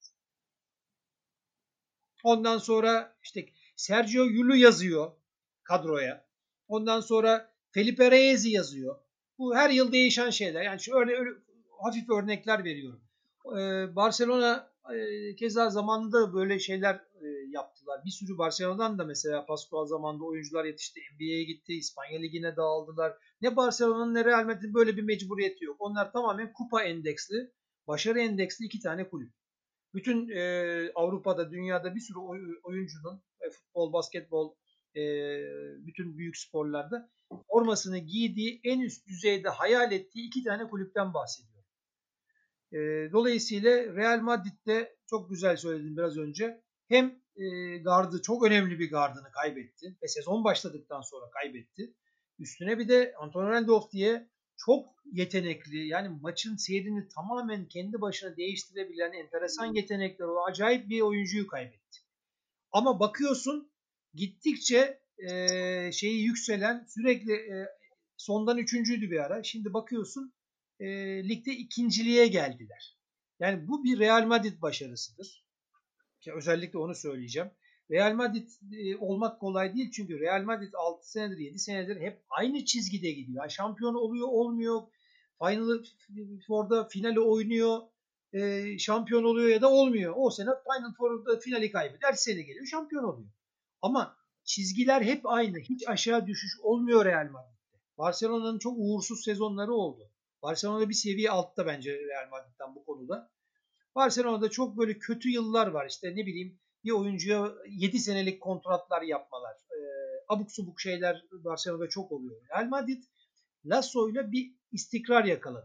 Ondan sonra işte Sergio Yul'u yazıyor kadroya. Ondan sonra Felipe Reyes'i yazıyor. Bu her yıl değişen şeyler. Yani şu öyle, öyle hafif örnekler veriyorum. Ee, Barcelona e, keza zamanında böyle şeyler e, yaptılar. Bir sürü Barcelona'dan da mesela Pascual zamanında oyuncular yetişti. N B A'ye gitti. İspanya Ligi'ne dağıldılar. Ne Barcelona'nın ne Real Madrid'in böyle bir mecburiyeti yok. Onlar tamamen kupa endeksli, başarı endeksli iki tane kulüp. Bütün e, Avrupa'da, dünyada bir sürü oyuncunun e, futbol, basketbol, e, bütün büyük sporlarda formasını giydiği, en üst düzeyde hayal ettiği iki tane kulüpten bahsediyor. E, dolayısıyla Real Madrid'de çok güzel söyledim biraz önce. Hem e, gardı, çok önemli bir gardını kaybetti ve sezon başladıktan sonra kaybetti. Üstüne bir de Antonio Randolph diye çok yetenekli, yani maçın seyrini tamamen kendi başına değiştirebilen enteresan yetenekler, o acayip bir oyuncuyu kaybetti. Ama bakıyorsun gittikçe e, şeyi yükselen, sürekli e, sondan üçüncüydü bir ara. Şimdi bakıyorsun e, ligde ikinciliğe geldiler. Yani bu bir Real Madrid başarısıdır. Ki özellikle onu söyleyeceğim. Real Madrid e, olmak kolay değil, çünkü Real Madrid altı senedir yedi senedir hep aynı çizgide gidiyor. Yani şampiyon oluyor olmuyor. Final Four'da finali oynuyor. E, şampiyon oluyor ya da olmuyor. O sene Final Four'da finali kaybeder. Sene geliyor şampiyon oluyor. Ama çizgiler hep aynı. Hiç aşağı düşüş olmuyor Real Madrid'de. Barcelona'nın çok uğursuz sezonları oldu. Barcelona bir seviye altta bence Real Madrid'den bu konuda. Barcelona'da çok böyle kötü yıllar var. İşte ne bileyim, bir oyuncuya yedi senelik kontratlar yapmalar. E, abuk subuk şeyler Barcelona'da çok oluyor. Real Madrid Lasso'yla bir istikrar yakaladı.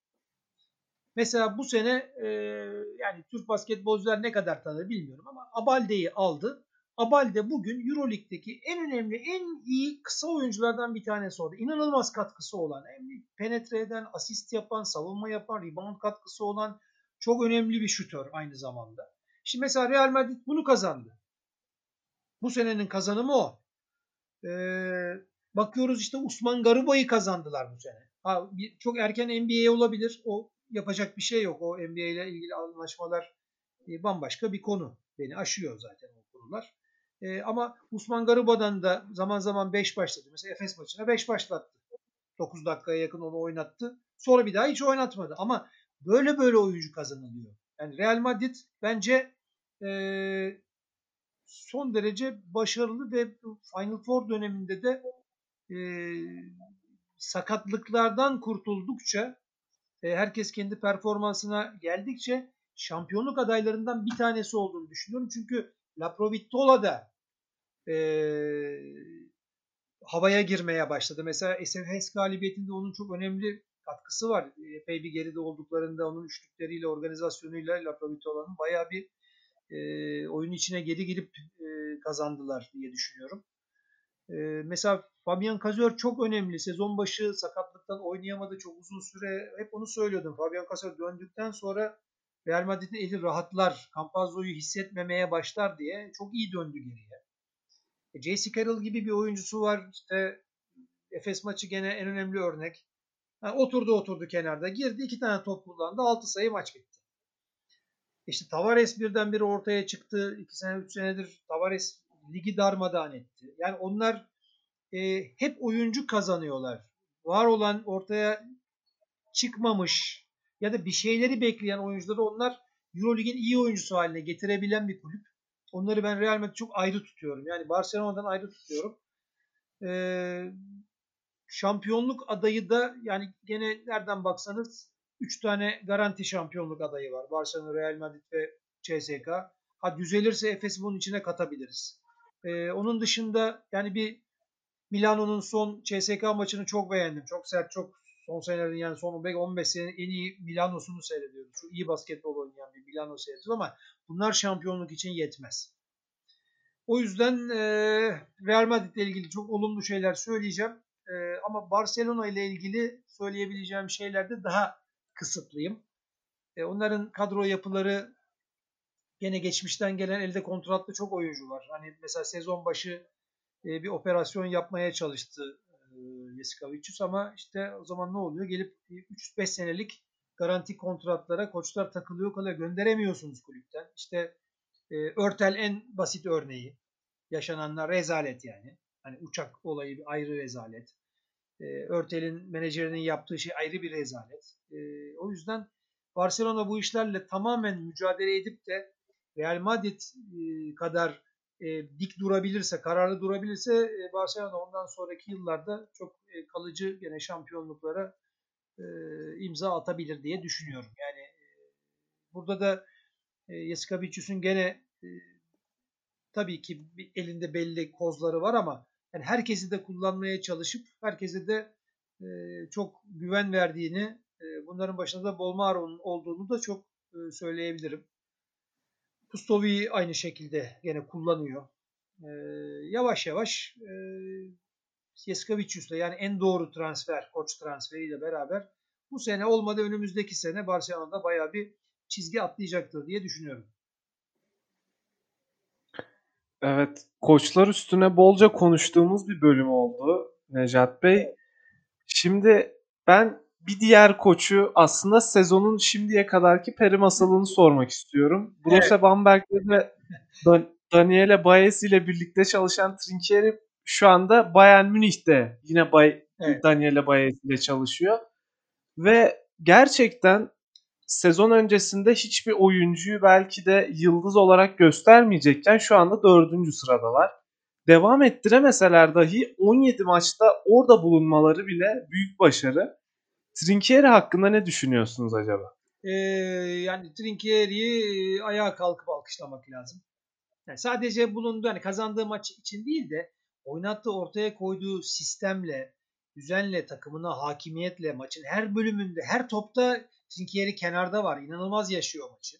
Mesela bu sene e, yani Türk basketbolcular ne kadar tanır bilmiyorum ama Abalde'yi aldı. Abalde bugün Euroleague'deki en önemli, en iyi kısa oyunculardan bir tanesi oldu. İnanılmaz katkısı olan, hem penetre eden, asist yapan, savunma yapan, rebound katkısı olan çok önemli bir şutör aynı zamanda. Şimdi mesela Real Madrid bunu kazandı. Bu senenin kazanımı o. Ee, bakıyoruz işte Usman Garuba'yı kazandılar bu sene. Ha, bir, çok erken N B A olabilir. O yapacak bir şey yok. O N B A ile ilgili anlaşmalar e, bambaşka bir konu. Beni aşıyor zaten o konular. E, ama Usman Garuba'dan da zaman zaman beş başladı. Mesela Efes maçına beş başlattı. dokuz dakikaya yakın onu oynattı. Sonra bir daha hiç oynatmadı. Ama böyle böyle oyuncu kazanılıyor. Yani Real Madrid bence e, son derece başarılı ve Final Four döneminde de e, sakatlıklardan kurtuldukça, e, herkes kendi performansına geldikçe şampiyonluk adaylarından bir tanesi olduğunu düşünüyorum. Çünkü La Provitola da e, havaya girmeye başladı. Mesela S F S galibiyetinde onun çok önemli katkısı var. Epey bir geride olduklarında onun üçlükleriyle, organizasyonuyla La Provitola'nın bayağı bir e, oyun içine geri girip e, kazandılar diye düşünüyorum. E, mesela Fabian Cazor çok önemli. Sezon başı sakatlıktan oynayamadı çok uzun süre. Hep onu söylüyordum. Fabian Cazor döndükten sonra Real Madrid'in eli rahatlar. Campazzo'yu hissetmemeye başlar diye çok iyi döndü geriye. E, J C Carroll gibi bir oyuncusu var. İşte Efes maçı gene en önemli örnek. Yani oturdu oturdu kenarda. Girdi iki tane top kullandı. altı sayı maç bitti. İşte Tavares birdenbire ortaya çıktı. iki sene üç senedir Tavares ligi darmadağın etti. Yani onlar e, hep oyuncu kazanıyorlar. Var olan ortaya çıkmamış ya da bir şeyleri bekleyen oyuncuları onlar Eurolig'in iyi oyuncusu haline getirebilen bir kulüp. Onları ben Real Madrid çok ayrı tutuyorum. Yani Barcelona'dan ayrı tutuyorum. Ee, şampiyonluk adayı da yani gene nereden baksanız üç tane garanti şampiyonluk adayı var. Barcelona, Real Madrid ve C S K. Ha düzelirse Efes'i bunun içine katabiliriz. Ee, onun dışında yani bir Milano'nun son C S K maçını çok beğendim. Çok sert, çok son senelerin yani son on beş senenin en iyi Milano'sunu seyrediyoruz. Çok iyi basketbol oynayan bir Milano seyrediyoruz ama bunlar şampiyonluk için yetmez. O yüzden e, Real Madrid ile ilgili çok olumlu şeyler söyleyeceğim. E, ama Barcelona ile ilgili söyleyebileceğim şeylerde daha kısıtlıyım. E, onların kadro yapıları gene geçmişten gelen elde kontratlı çok oyuncu var. Hani mesela sezon başı e, bir operasyon yapmaya çalıştı e, Yasikavicius ama işte o zaman ne oluyor? Gelip üç beş senelik garanti kontratlara koçlar takılıyor kalıyor. Gönderemiyorsunuz kulüpten. İşte e, Örtel en basit örneği. Yaşananlar rezalet yani. Hani uçak olayı bir ayrı rezalet. E, Örtel'in menajerinin yaptığı şey ayrı bir rezalet. E, o yüzden Barcelona bu işlerle tamamen mücadele edip de Real Madrid e, kadar e, dik durabilirse, kararlı durabilirse e, Barcelona ondan sonraki yıllarda çok e, kalıcı gene şampiyonluklara e, imza atabilir diye düşünüyorum. Yani e, burada da e, Yasikavicius'un gene e, tabii ki bir elinde belli kozları var ama yani herkesi de kullanmaya çalışıp herkese de e, çok güven verdiğini, e, bunların başında da Bolmaro'nun olduğunu da çok e, söyleyebilirim. Pustovi'yi aynı şekilde gene kullanıyor. E, yavaş yavaş e, Yasikavicius'la yani en doğru transfer, koç transferiyle beraber bu sene olmadı önümüzdeki sene Barcelona'da bayağı bir çizgi atlayacaktır diye düşünüyorum. Evet, koçlar üstüne bolca konuştuğumuz bir bölüm oldu Necat Bey. Şimdi ben bir diğer koçu aslında sezonun şimdiye kadarki peri masalını sormak istiyorum. Borussia Bamberg'de de Dan- Daniele Baez ile birlikte çalışan Trinchieri şu anda Bayern Münih'te yine Bay Evet. Daniele Baez ile çalışıyor. Ve gerçekten sezon öncesinde hiçbir oyuncuyu belki de yıldız olarak göstermeyecekken şu anda dördüncü sıradalar. Devam ettiremeseler dahi on yedi maçta orada bulunmaları bile büyük başarı. Trinchieri hakkında ne düşünüyorsunuz acaba? Ee, yani Trinchieri'yi ayağa kalkıp alkışlamak lazım. Yani sadece bulunduğu hani kazandığı maç için değil de oynattığı ortaya koyduğu sistemle, düzenle, takımına hakimiyetle maçın her bölümünde, her topta Trinchieri kenarda var. İnanılmaz yaşıyor maçı.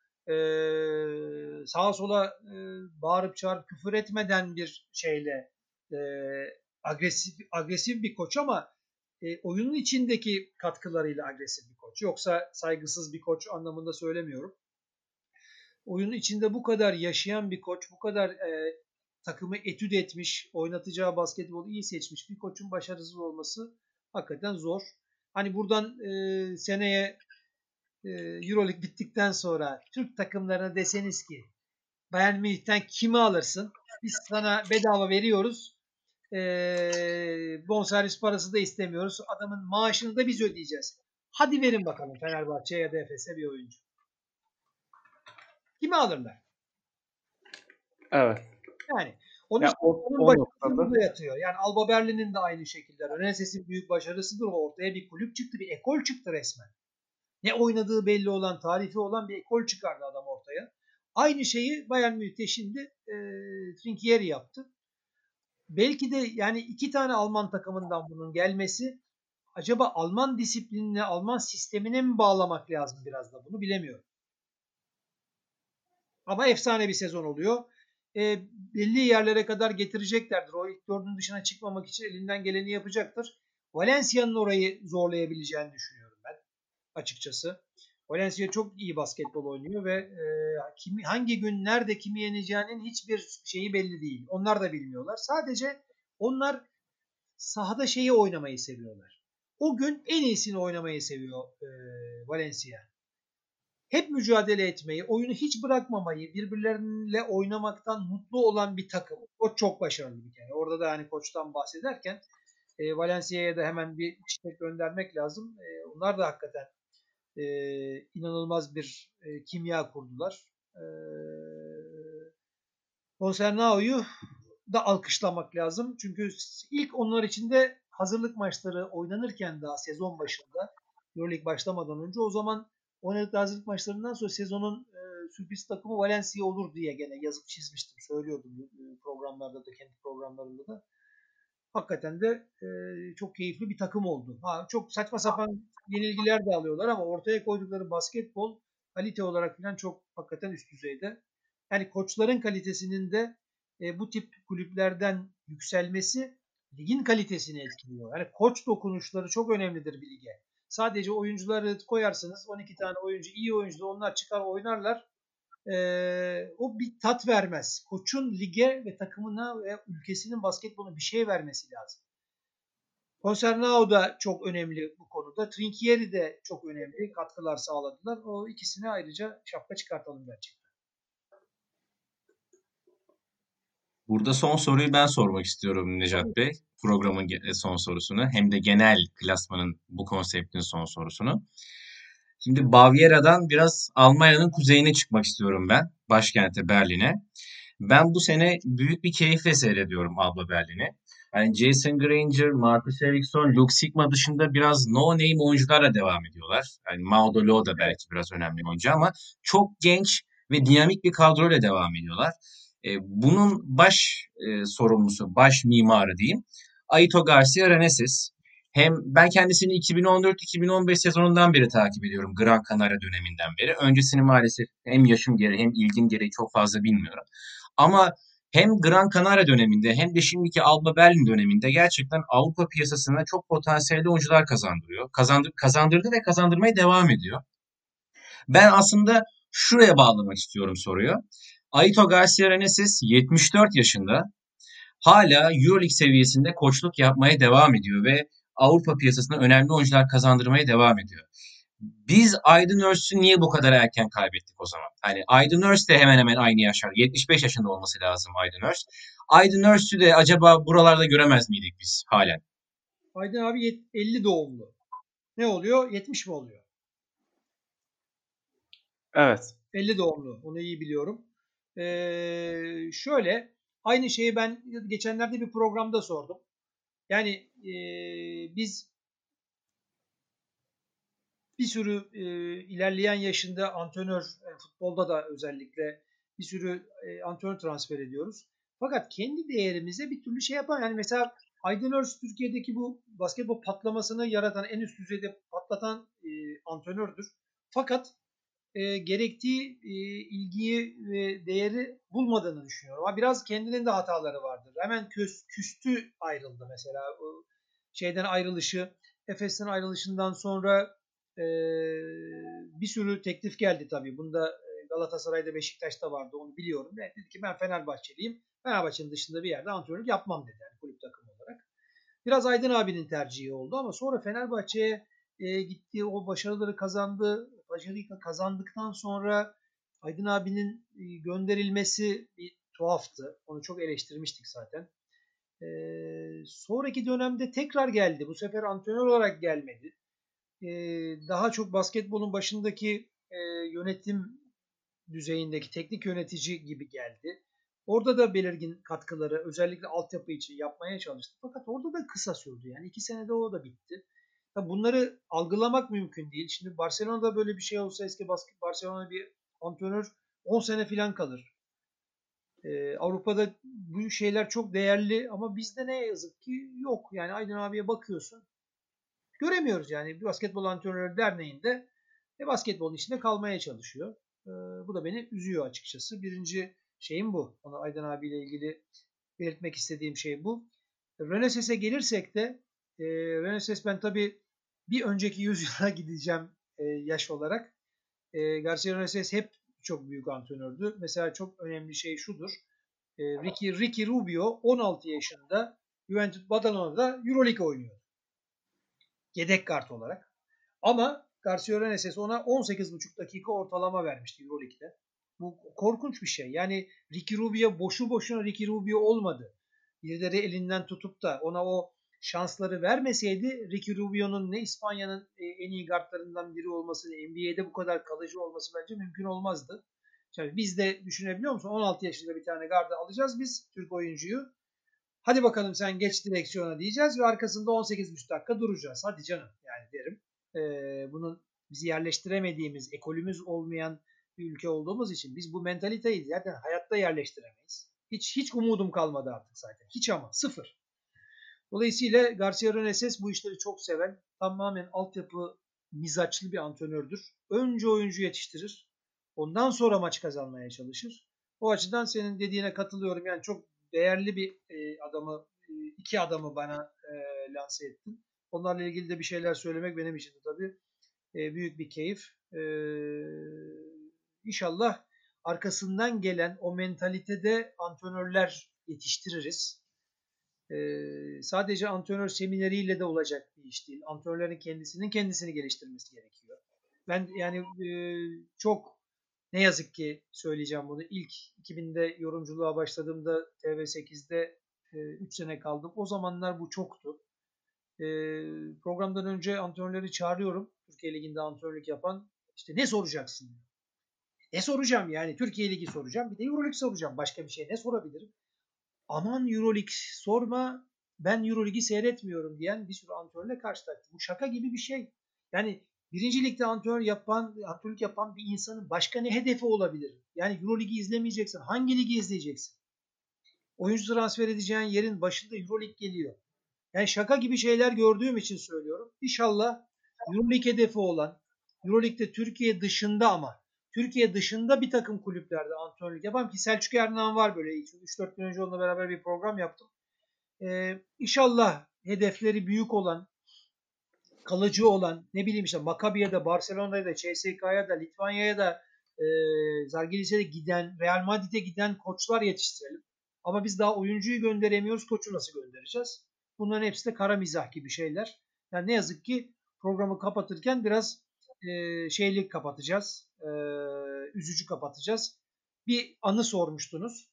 Ee, sağa sola e, bağırıp çağırıp küfür etmeden bir şeyle e, agresif agresif bir koç ama e, oyunun içindeki katkılarıyla agresif bir koç. Yoksa saygısız bir koç anlamında söylemiyorum. Oyunun içinde bu kadar yaşayan bir koç, bu kadar e, takımı etüt etmiş, oynatacağı basketbolu iyi seçmiş bir koçun başarısız olması hakikaten zor. Hani buradan e, seneye e, Euroleague bittikten sonra Türk takımlarına deseniz ki Bayern Münih'ten kimi alırsın? Biz sana bedava veriyoruz. E, bonservis parası da istemiyoruz. Adamın maaşını da biz ödeyeceğiz. Hadi verin bakalım Fenerbahçe'ye ya da Efes'e bir oyuncu. Kimi alırlar? Evet. Yani onun, Ya o, onun o başarısı noktada burada yatıyor. Yani Alba Berlin'in de aynı şekilde. Reneses'in büyük başarısıdır. O ortaya bir kulüp çıktı, bir ekol çıktı resmen. Ne oynadığı belli olan, tarifi olan bir ekol çıkardı adam ortaya. Aynı şeyi Bayern Münih'te şimdi e, Trinchieri yaptı. Belki de yani iki tane Alman takımından bunun gelmesi acaba Alman disiplinine, Alman sistemine mi bağlamak lazım biraz da bunu bilemiyorum. Ama efsane bir sezon oluyor. e, belli yerlere kadar getireceklerdir. O ilk dördün dışına çıkmamak için elinden geleni yapacaktır. Valencia'nın orayı zorlayabileceğini düşünüyorum ben açıkçası. Valencia çok iyi basketbol oynuyor ve e, kimi, hangi gün nerede kimi yeneceğinin hiçbir şeyi belli değil. Onlar da bilmiyorlar. Sadece onlar sahada şeyi oynamayı seviyorlar. O gün en iyisini oynamayı seviyor e, Valencia. Hep mücadele etmeyi, oyunu hiç bırakmamayı, birbirleriyle oynamaktan mutlu olan bir takım. O çok başarılı bir kere. Orada da hani koçtan bahsederken e, Valencia'ya da hemen bir çiçek göndermek lazım. E, onlar da hakikaten e, inanılmaz bir e, kimya kurdular. E, Concernao'yu da alkışlamak lazım. Çünkü ilk onlar için de hazırlık maçları oynanırken daha sezon başında Euroleague başlamadan önce o zaman oynadıkları hazırlık maçlarından sonra sezonun e, sürpriz takımı Valencia olur diye gene yazıp çizmiştim. Söylüyordum e, programlarda da kendi programlarımda da. Hakikaten de e, çok keyifli bir takım oldu. Ha, çok saçma sapan yenilgiler de alıyorlar ama ortaya koydukları basketbol kalite olarak falan çok hakikaten üst düzeyde. Yani koçların kalitesinin de e, bu tip kulüplerden yükselmesi ligin kalitesini etkiliyor. Yani koç dokunuşları çok önemlidir bir lige. Sadece oyuncuları koyarsınız, on iki tane oyuncu, iyi oyuncu da onlar çıkar oynarlar. Ee, o bir tat vermez. Koçun lige ve takımına ve ülkesinin basketboluna bir şey vermesi lazım. Concernao da çok önemli bu konuda. Trinchieri de çok önemli katkılar sağladılar. O ikisine ayrıca şapka çıkartalım gerçekten. Burada son soruyu ben sormak istiyorum Necat Bey. Programın son sorusunu hem de genel klasmanın bu konseptin son sorusunu. Şimdi Bavyera'dan biraz Almanya'nın kuzeyine çıkmak istiyorum ben. Başkente Berlin'e. Ben bu sene büyük bir keyifle seyrediyorum Alba Berlin'i. Yani Jason Granger, Marcus Eriksson, Luke Sigma dışında biraz no name oyuncularla devam ediyorlar. Yani Maodo Lo da belki biraz önemli bir oyuncu ama çok genç ve dinamik bir kadroyla devam ediyorlar. E, bunun baş e, sorumlusu, baş mimarı diyeyim, Aito Garcia Reneses. Hem ben kendisini iki bin on dört iki bin on beş sezonundan beri takip ediyorum. Gran Canaria döneminden beri. Öncesini maalesef hem yaşım gereği hem ilgim gereği çok fazla bilmiyorum. Ama hem Gran Canaria döneminde hem de şimdiki Alba Berlin döneminde gerçekten Avrupa piyasasına çok potansiyelli oyuncular kazandırıyor. Kazandır, kazandırdı ve kazandırmaya devam ediyor. Ben aslında şuraya bağlamak istiyorum soruyu. Aito Garcia Reneses yetmiş dört yaşında. Hala Euroleague seviyesinde koçluk yapmaya devam ediyor ve Avrupa piyasasına önemli oyuncular kazandırmaya devam ediyor. Biz Aydın Öztürk'ü niye bu kadar erken kaybettik o zaman? Hani Aydın Öztürk de hemen hemen aynı yaşlar. yetmiş beş yaşında olması lazım Aydın Öztürk. Aydın Öztürk'ü de acaba buralarda göremez miydik biz halen? Aydın abi elli doğumlu. Ne oluyor? yetmiş mi oluyor? Evet. elli doğumlu. Onu iyi biliyorum. Ee, şöyle aynı şeyi ben geçenlerde bir programda sordum. Yani e, biz bir sürü e, ilerleyen yaşında antrenör, e, futbolda da özellikle bir sürü e, antrenör transfer ediyoruz. Fakat kendi değerimize bir türlü şey yapan, yani mesela Aydın Örs Türkiye'deki bu basketbol patlamasını yaratan, en üst düzeyde patlatan e, antrenördür. Fakat e, gerektiği e, ilgiyi ve değeri bulmadığını düşünüyorum. Ama biraz kendinin de hataları vardır. Hemen küs, küstü ayrıldı mesela. O şeyden ayrılışı, Efes'ten ayrılışından sonra e, bir sürü teklif geldi tabii. Bunda Galatasaray'da, Beşiktaş'ta vardı, onu biliyorum. Ben dedi ki ben Fenerbahçeliyim. Fenerbahçe'nin dışında bir yerde antrenörlük yapmam dedi, yani kulüp takımı olarak. Biraz Aydın abinin tercihi oldu ama sonra Fenerbahçe'ye e, gitti, o başarıları kazandı. Başarıyı kazandıktan sonra Aydın abinin e, gönderilmesi bir tuhaftı. Onu çok eleştirmiştik zaten. E, sonraki dönemde tekrar geldi. Bu sefer antrenör olarak gelmedi. E, daha çok basketbolun başındaki e, yönetim düzeyindeki teknik yönetici gibi geldi. Orada da belirgin katkıları özellikle altyapı için yapmaya çalıştı. Fakat orada da kısa sürdü. Yani iki senede o da bitti. Tabii bunları algılamak mümkün değil. Şimdi Barcelona'da böyle bir şey olsa, eski basket Barcelona bir antrenör on sene falan kalır. Ee, Avrupa'da bu şeyler çok değerli ama bizde ne yazık ki yok. Yani Aydın abiye bakıyorsun, göremiyoruz yani. Bir basketbol antrenörü derneğinde ve basketbolun içinde kalmaya çalışıyor. Ee, bu da beni üzüyor açıkçası. Birinci şeyim bu. Onu Aydan abiyle ilgili belirtmek istediğim şey bu. Reneses'e gelirsek de e, Reneses ben tabii bir önceki yüzyıla gideceğim e, yaş olarak. E, Garcia Reneses hep çok büyük antrenördü. Mesela çok önemli şey şudur. E, Ricky, Ricky Rubio on altı yaşında Juventus Badalona'da Euroleague oynuyor. Yedek kart olarak. Ama Garcia Reneses ona on sekiz buçuk dakika ortalama vermişti Euroleague'de. Bu korkunç bir şey. Yani Ricky Rubio boşu boşuna Ricky Rubio olmadı. Birileri elinden tutup da ona o şansları vermeseydi Ricky Rubio'nun ne İspanya'nın en iyi guardlarından biri olması, N B A'de bu kadar kalıcı olması bence mümkün olmazdı. Yani biz de düşünebiliyor musun? on altı yaşında bir tane gardı alacağız biz, Türk oyuncuyu. Hadi bakalım sen geç direksiyona diyeceğiz ve arkasında on sekiz buçuk dakika duracağız. Hadi canım yani derim. Ee, bunun bizi yerleştiremediğimiz, ekolümüz olmayan bir ülke olduğumuz için biz bu mentaliteyi zaten hayatta yerleştiremeyiz. Hiç hiç umudum kalmadı artık zaten. Hiç ama sıfır. Dolayısıyla Garcia Reneses bu işleri çok seven, tamamen altyapı mizaçlı bir antrenördür. Önce oyuncu yetiştirir. Ondan sonra maç kazanmaya çalışır. O açıdan senin dediğine katılıyorum. Yani çok değerli bir e, adamı, e, iki adamı bana e, lanse ettin. Onlarla ilgili de bir şeyler söylemek benim için de tabii e, büyük bir keyif. E, İnşallah arkasından gelen o mentalitede antrenörler yetiştiririz. Ee, sadece antrenör semineriyle de olacak bir iş değil. Antrenörlerin kendisinin kendisini geliştirmesi gerekiyor. Ben yani e, çok ne yazık ki söyleyeceğim bunu. İlk iki binde yorumculuğa başladığımda T V sekizde üç sene kaldım. O zamanlar bu çoktu. E, programdan önce antrenörleri çağırıyorum. Türkiye Ligi'nde antrenörlük yapan. İşte ne soracaksın? Ne soracağım yani? Türkiye Ligi soracağım. Bir de Euroleague soracağım. Başka bir şey ne sorabilirim? Aman Euroleague sorma, ben Euroligi seyretmiyorum diyen bir sürü antrenörle karşılaştım. Bu şaka gibi bir şey. Yani birinci ligde antrenör yapan, antrenörlük yapan bir insanın başka ne hedefi olabilir? Yani Euroligi izlemeyeceksin. Hangi ligi izleyeceksin? Oyuncu transfer edeceğin yerin başında Euroleague geliyor. Yani şaka gibi şeyler gördüğüm için söylüyorum. İnşallah Euroleague hedefi olan, Euroleague'de Türkiye dışında ama Türkiye dışında bir takım kulüplerde antrenörlük yapan ki Selçuk Erdoğan var böyle. üç dört gün önce onunla beraber bir program yaptım. Ee, İnşallah hedefleri büyük olan, kalıcı olan, ne bileyim işte Makabi'ye Barcelona'ya da, C S K'ya da, Litvanya'ya da, e, Zalgiris'e de giden, Real Madrid'e giden koçlar yetiştirelim. Ama biz daha oyuncuyu gönderemiyoruz, koçu nasıl göndereceğiz? Bunların hepsi de kara mizah gibi şeyler. Yani ne yazık ki programı kapatırken biraz e, şeylik kapatacağız, e, üzücü kapatacağız. Bir anı sormuştunuz.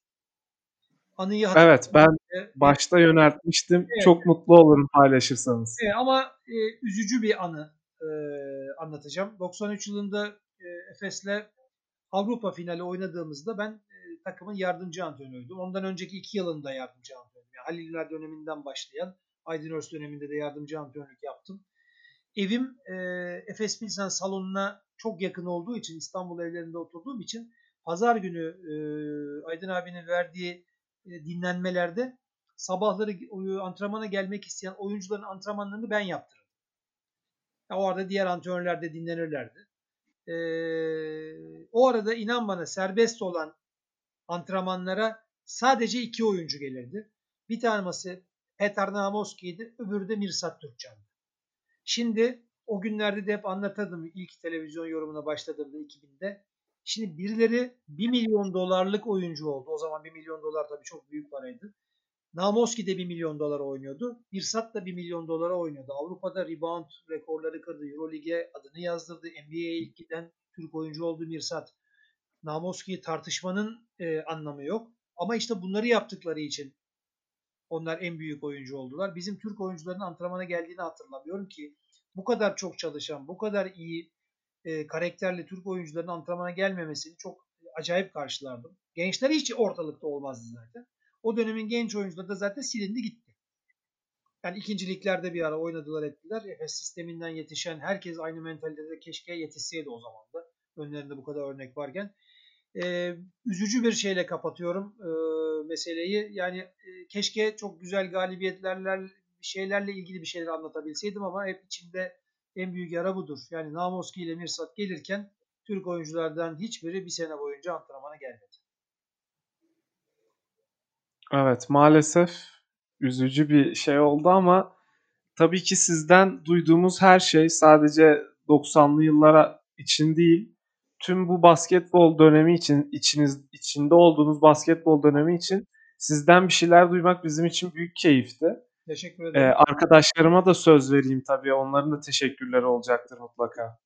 Anıyı Evet, ben hatırlayın. başta yöneltmiştim. Evet, Çok mutlu olurum paylaşırsanız. evet ama e, üzücü bir anı e, anlatacağım. doksan üç yılında e, Efes'le Avrupa finali oynadığımızda ben e, takımın yardımcı antrenörüydüm. Ondan önceki iki yılında yardımcı antrenörüm. Yani Halil İlber döneminden başlayan Aydın Örs döneminde de yardımcı antrenörlük yaptım. Evim e, Efes Pilsen salonuna çok yakın olduğu için, İstanbul evlerinde oturduğum için pazar günü e, Aydın abinin verdiği e, dinlenmelerde sabahları e, antrenmana gelmek isteyen oyuncuların antrenmanlarını ben yaptırırdım. Yani o arada diğer antrenörler de dinlenirlerdi. E, o arada inan bana serbest olan antrenmanlara sadece iki oyuncu gelirdi. Bir tanesi Petar Namoski'ydi, öbürü de Mirsat Türkcan'dı. Şimdi o günlerde de hep anlatırdım ilk televizyon yorumuna başladığımda iki binde. Şimdi birileri bir milyon dolarlık oyuncu oldu. O zaman bir milyon dolar tabii çok büyük paraydı. Namoski de bir milyon dolara oynuyordu. Mirsat da bir milyon dolara oynuyordu. Avrupa'da rebound rekorları kırdı. Euroleague'e adını yazdırdı. N B A'ye ilk giden Türk oyuncu oldu Mirsat. Namoski'yi tartışmanın e, anlamı yok. Ama işte bunları yaptıkları için onlar en büyük oyuncu oldular. Bizim Türk oyuncuların antrenmana geldiğini hatırlamıyorum ki bu kadar çok çalışan, bu kadar iyi e, karakterli Türk oyuncuların antrenmana gelmemesini çok acayip karşılardım. Gençler hiç ortalıkta olmazdı zaten. O dönemin genç oyuncuları da zaten silindi gitti. Yani ikinciliklerde bir ara oynadılar ettiler. Efes sisteminden yetişen herkes aynı mentalitede keşke yetişseydi o zaman da. Önlerinde bu kadar örnek varken. Ee, üzücü bir şeyle kapatıyorum e, meseleyi. Yani e, keşke çok güzel galibiyetlerle bir şeylerle ilgili bir şeyler anlatabilseydim ama hep içimde en büyük yara budur. Yani Namoski ile Mirsat gelirken Türk oyunculardan hiçbiri bir sene boyunca antrenmana gelmedi. Evet, maalesef üzücü bir şey oldu ama tabii ki sizden duyduğumuz her şey sadece doksanlı yıllara için değil, tüm bu basketbol dönemi için, içiniz içinde olduğunuz basketbol dönemi için sizden bir şeyler duymak bizim için büyük keyifti. Teşekkür Ee, ederim. arkadaşlarıma da söz vereyim tabii. Onların da teşekkürleri olacaktır mutlaka.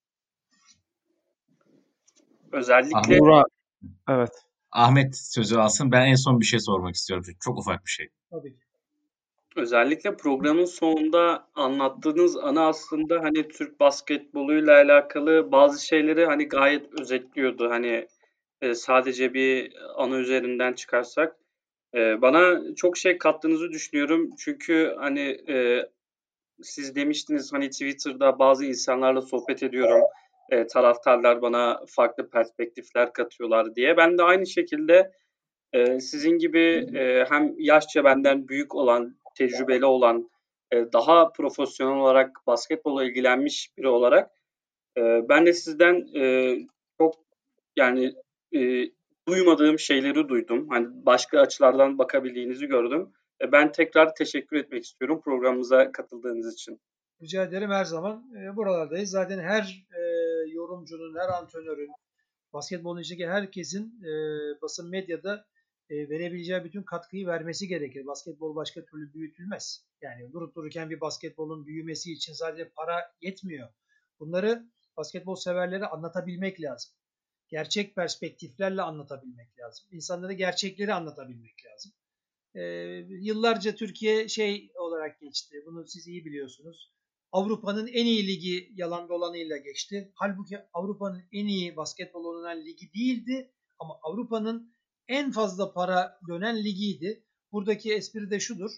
Özellikle Ahmet, Buğra, evet. Ahmet sözü alsın. Ben en son bir şey sormak istiyorum. Çünkü çok ufak bir şey. Tabii ki. özellikle programın sonunda anlattığınız ana aslında hani Türk basketboluyla alakalı bazı şeyleri hani gayet özetliyordu. Hani e, sadece bir ana üzerinden çıkarsak. E, bana çok şey kattığınızı düşünüyorum. Çünkü hani e, siz demiştiniz hani Twitter'da bazı insanlarla sohbet ediyorum. E, taraftarlar bana farklı perspektifler katıyorlar diye. Ben de aynı şekilde e, sizin gibi e, hem yaşça benden büyük olan, tecrübeli olan, e, daha profesyonel olarak basketbola ilgilenmiş biri olarak e, ben de sizden e, çok yani e, duymadığım şeyleri duydum. Hani başka açılardan bakabildiğinizi gördüm. E, ben tekrar teşekkür etmek istiyorum programımıza katıldığınız için. Rica ederim, her zaman e, buralardayız. Zaten her e, yorumcunun, her antrenörün, basketbolun içindeki herkesin e, basın medyada e, verebileceği bütün katkıyı vermesi gerekir. Basketbol başka türlü büyütülmez. Yani durup dururken bir basketbolun büyümesi için sadece para yetmiyor. Bunları basketbol severlere anlatabilmek lazım. Gerçek perspektiflerle anlatabilmek lazım. İnsanlara gerçekleri anlatabilmek lazım. E, Yıllarca Türkiye şey olarak geçti. Bunu siz iyi biliyorsunuz. Avrupa'nın en iyi ligi yalan dolanıyla geçti. Halbuki Avrupa'nın en iyi basketbol oynanan ligi değildi. Ama Avrupa'nın en fazla para dönen ligiydi. Buradaki espri de şudur.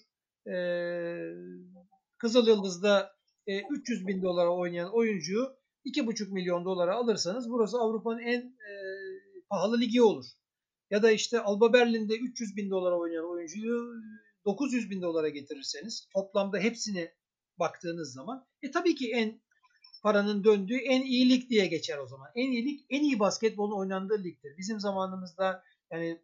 Ee, Kızıl Yıldız'da e, üç yüz bin dolara oynayan oyuncuyu iki buçuk milyon dolara alırsanız burası Avrupa'nın en e, pahalı ligi olur. Ya da işte Alba Berlin'de üç yüz bin dolara oynayan oyuncuyu dokuz yüz bin dolara getirirseniz toplamda hepsini baktığınız zaman e tabii ki en paranın döndüğü en iyi lig diye geçer o zaman. En iyi lig, en iyi basketbolun oynandığı ligdir. Bizim zamanımızda yani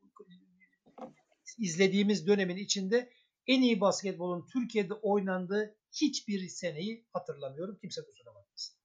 izlediğimiz dönemin içinde en iyi basketbolun Türkiye'de oynandığı hiçbir seneyi hatırlamıyorum. Kimse kusura bakmasın.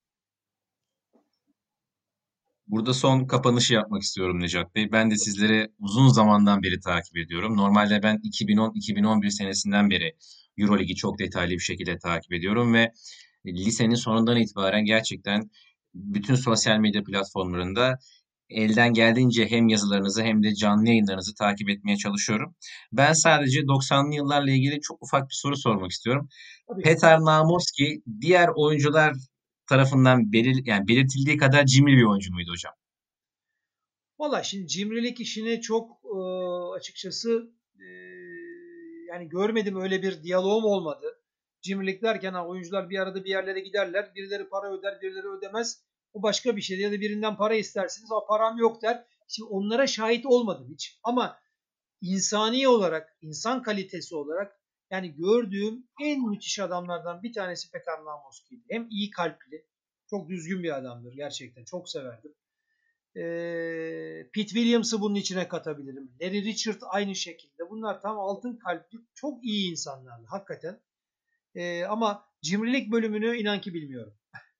Burada son kapanışı yapmak istiyorum Necat Bey. Ben de sizleri uzun zamandan beri takip ediyorum. Normalde ben iki bin on iki bin on bir senesinden beri Euroligi çok detaylı bir şekilde takip ediyorum ve lisenin sonundan itibaren gerçekten bütün sosyal medya platformlarında elden geldiğince hem yazılarınızı hem de canlı yayınlarınızı takip etmeye çalışıyorum. Ben sadece doksanlı yıllarla ilgili çok ufak bir soru sormak istiyorum. Tabii. Petar Namovski diğer oyuncular tarafından belir yani belirtildiği kadar cimri bir oyuncu muydu hocam? Valla şimdi cimrilik işini çok e, açıkçası e, yani görmedim, öyle bir diyalogum olmadı. Cimrilik derken ha, oyuncular bir arada bir yerlere giderler. Birileri para öder, birileri ödemez. O başka bir şey. Ya da birinden para istersiniz. O param yok der. Şimdi onlara şahit olmadım hiç. Ama insani olarak, insan kalitesi olarak yani gördüğüm en müthiş adamlardan bir tanesi Petar Namovski'ydi. Hem iyi kalpli, çok düzgün bir adamdır gerçekten. Çok severdim. Ee, Pete Williams'ı bunun içine katabilirim. Larry Richard aynı şekilde. Bunlar tam altın kalpli, çok iyi insanlardı hakikaten. Ee, ama cimrilik bölümünü inan ki bilmiyorum.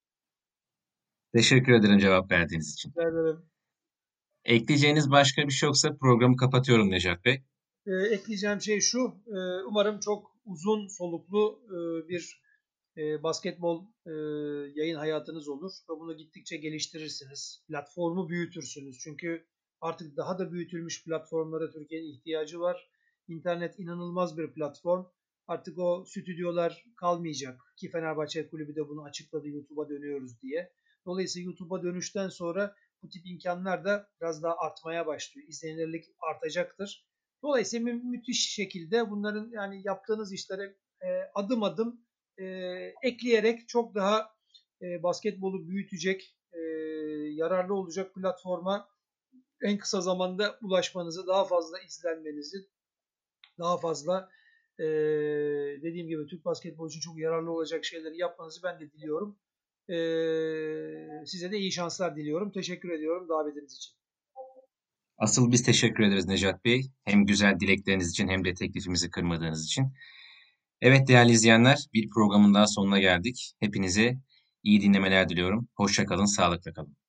Teşekkür ederim cevap verdiğiniz için. Rica ederim. Ekleyeceğiniz başka bir şey yoksa programı kapatıyorum Necat Bey. Ee, ekleyeceğim şey şu. E, umarım çok uzun soluklu e, bir e, basketbol e, yayın hayatınız olur ve bunu gittikçe geliştirirsiniz. Platformu büyütürsünüz. Çünkü artık daha da büyütülmüş platformlara Türkiye'nin ihtiyacı var. İnternet inanılmaz bir platform. Artık o stüdyolar kalmayacak ki Fenerbahçe Kulübü de bunu açıkladı, YouTube'a dönüyoruz diye. Dolayısıyla YouTube'a dönüşten sonra bu tip imkanlar da biraz daha artmaya başlıyor. İzlenirlik artacaktır. Dolayısıyla mü- müthiş şekilde bunların yani yaptığınız işlere e, adım adım e, ekleyerek çok daha e, basketbolu büyütecek, e, yararlı olacak platforma en kısa zamanda ulaşmanızı, daha fazla izlenmenizi, daha fazla e, dediğim gibi Türk basketbolu için çok yararlı olacak şeyleri yapmanızı ben de diliyorum. E, Size de iyi şanslar diliyorum. Teşekkür ediyorum davetiniz için. Asıl biz teşekkür ederiz Necat Bey. Hem güzel dilekleriniz için hem de teklifimizi kırmadığınız için. Evet değerli izleyenler, bir programın daha sonuna geldik. Hepinize iyi dinlemeler diliyorum. Hoşça kalın, sağlıkla kalın.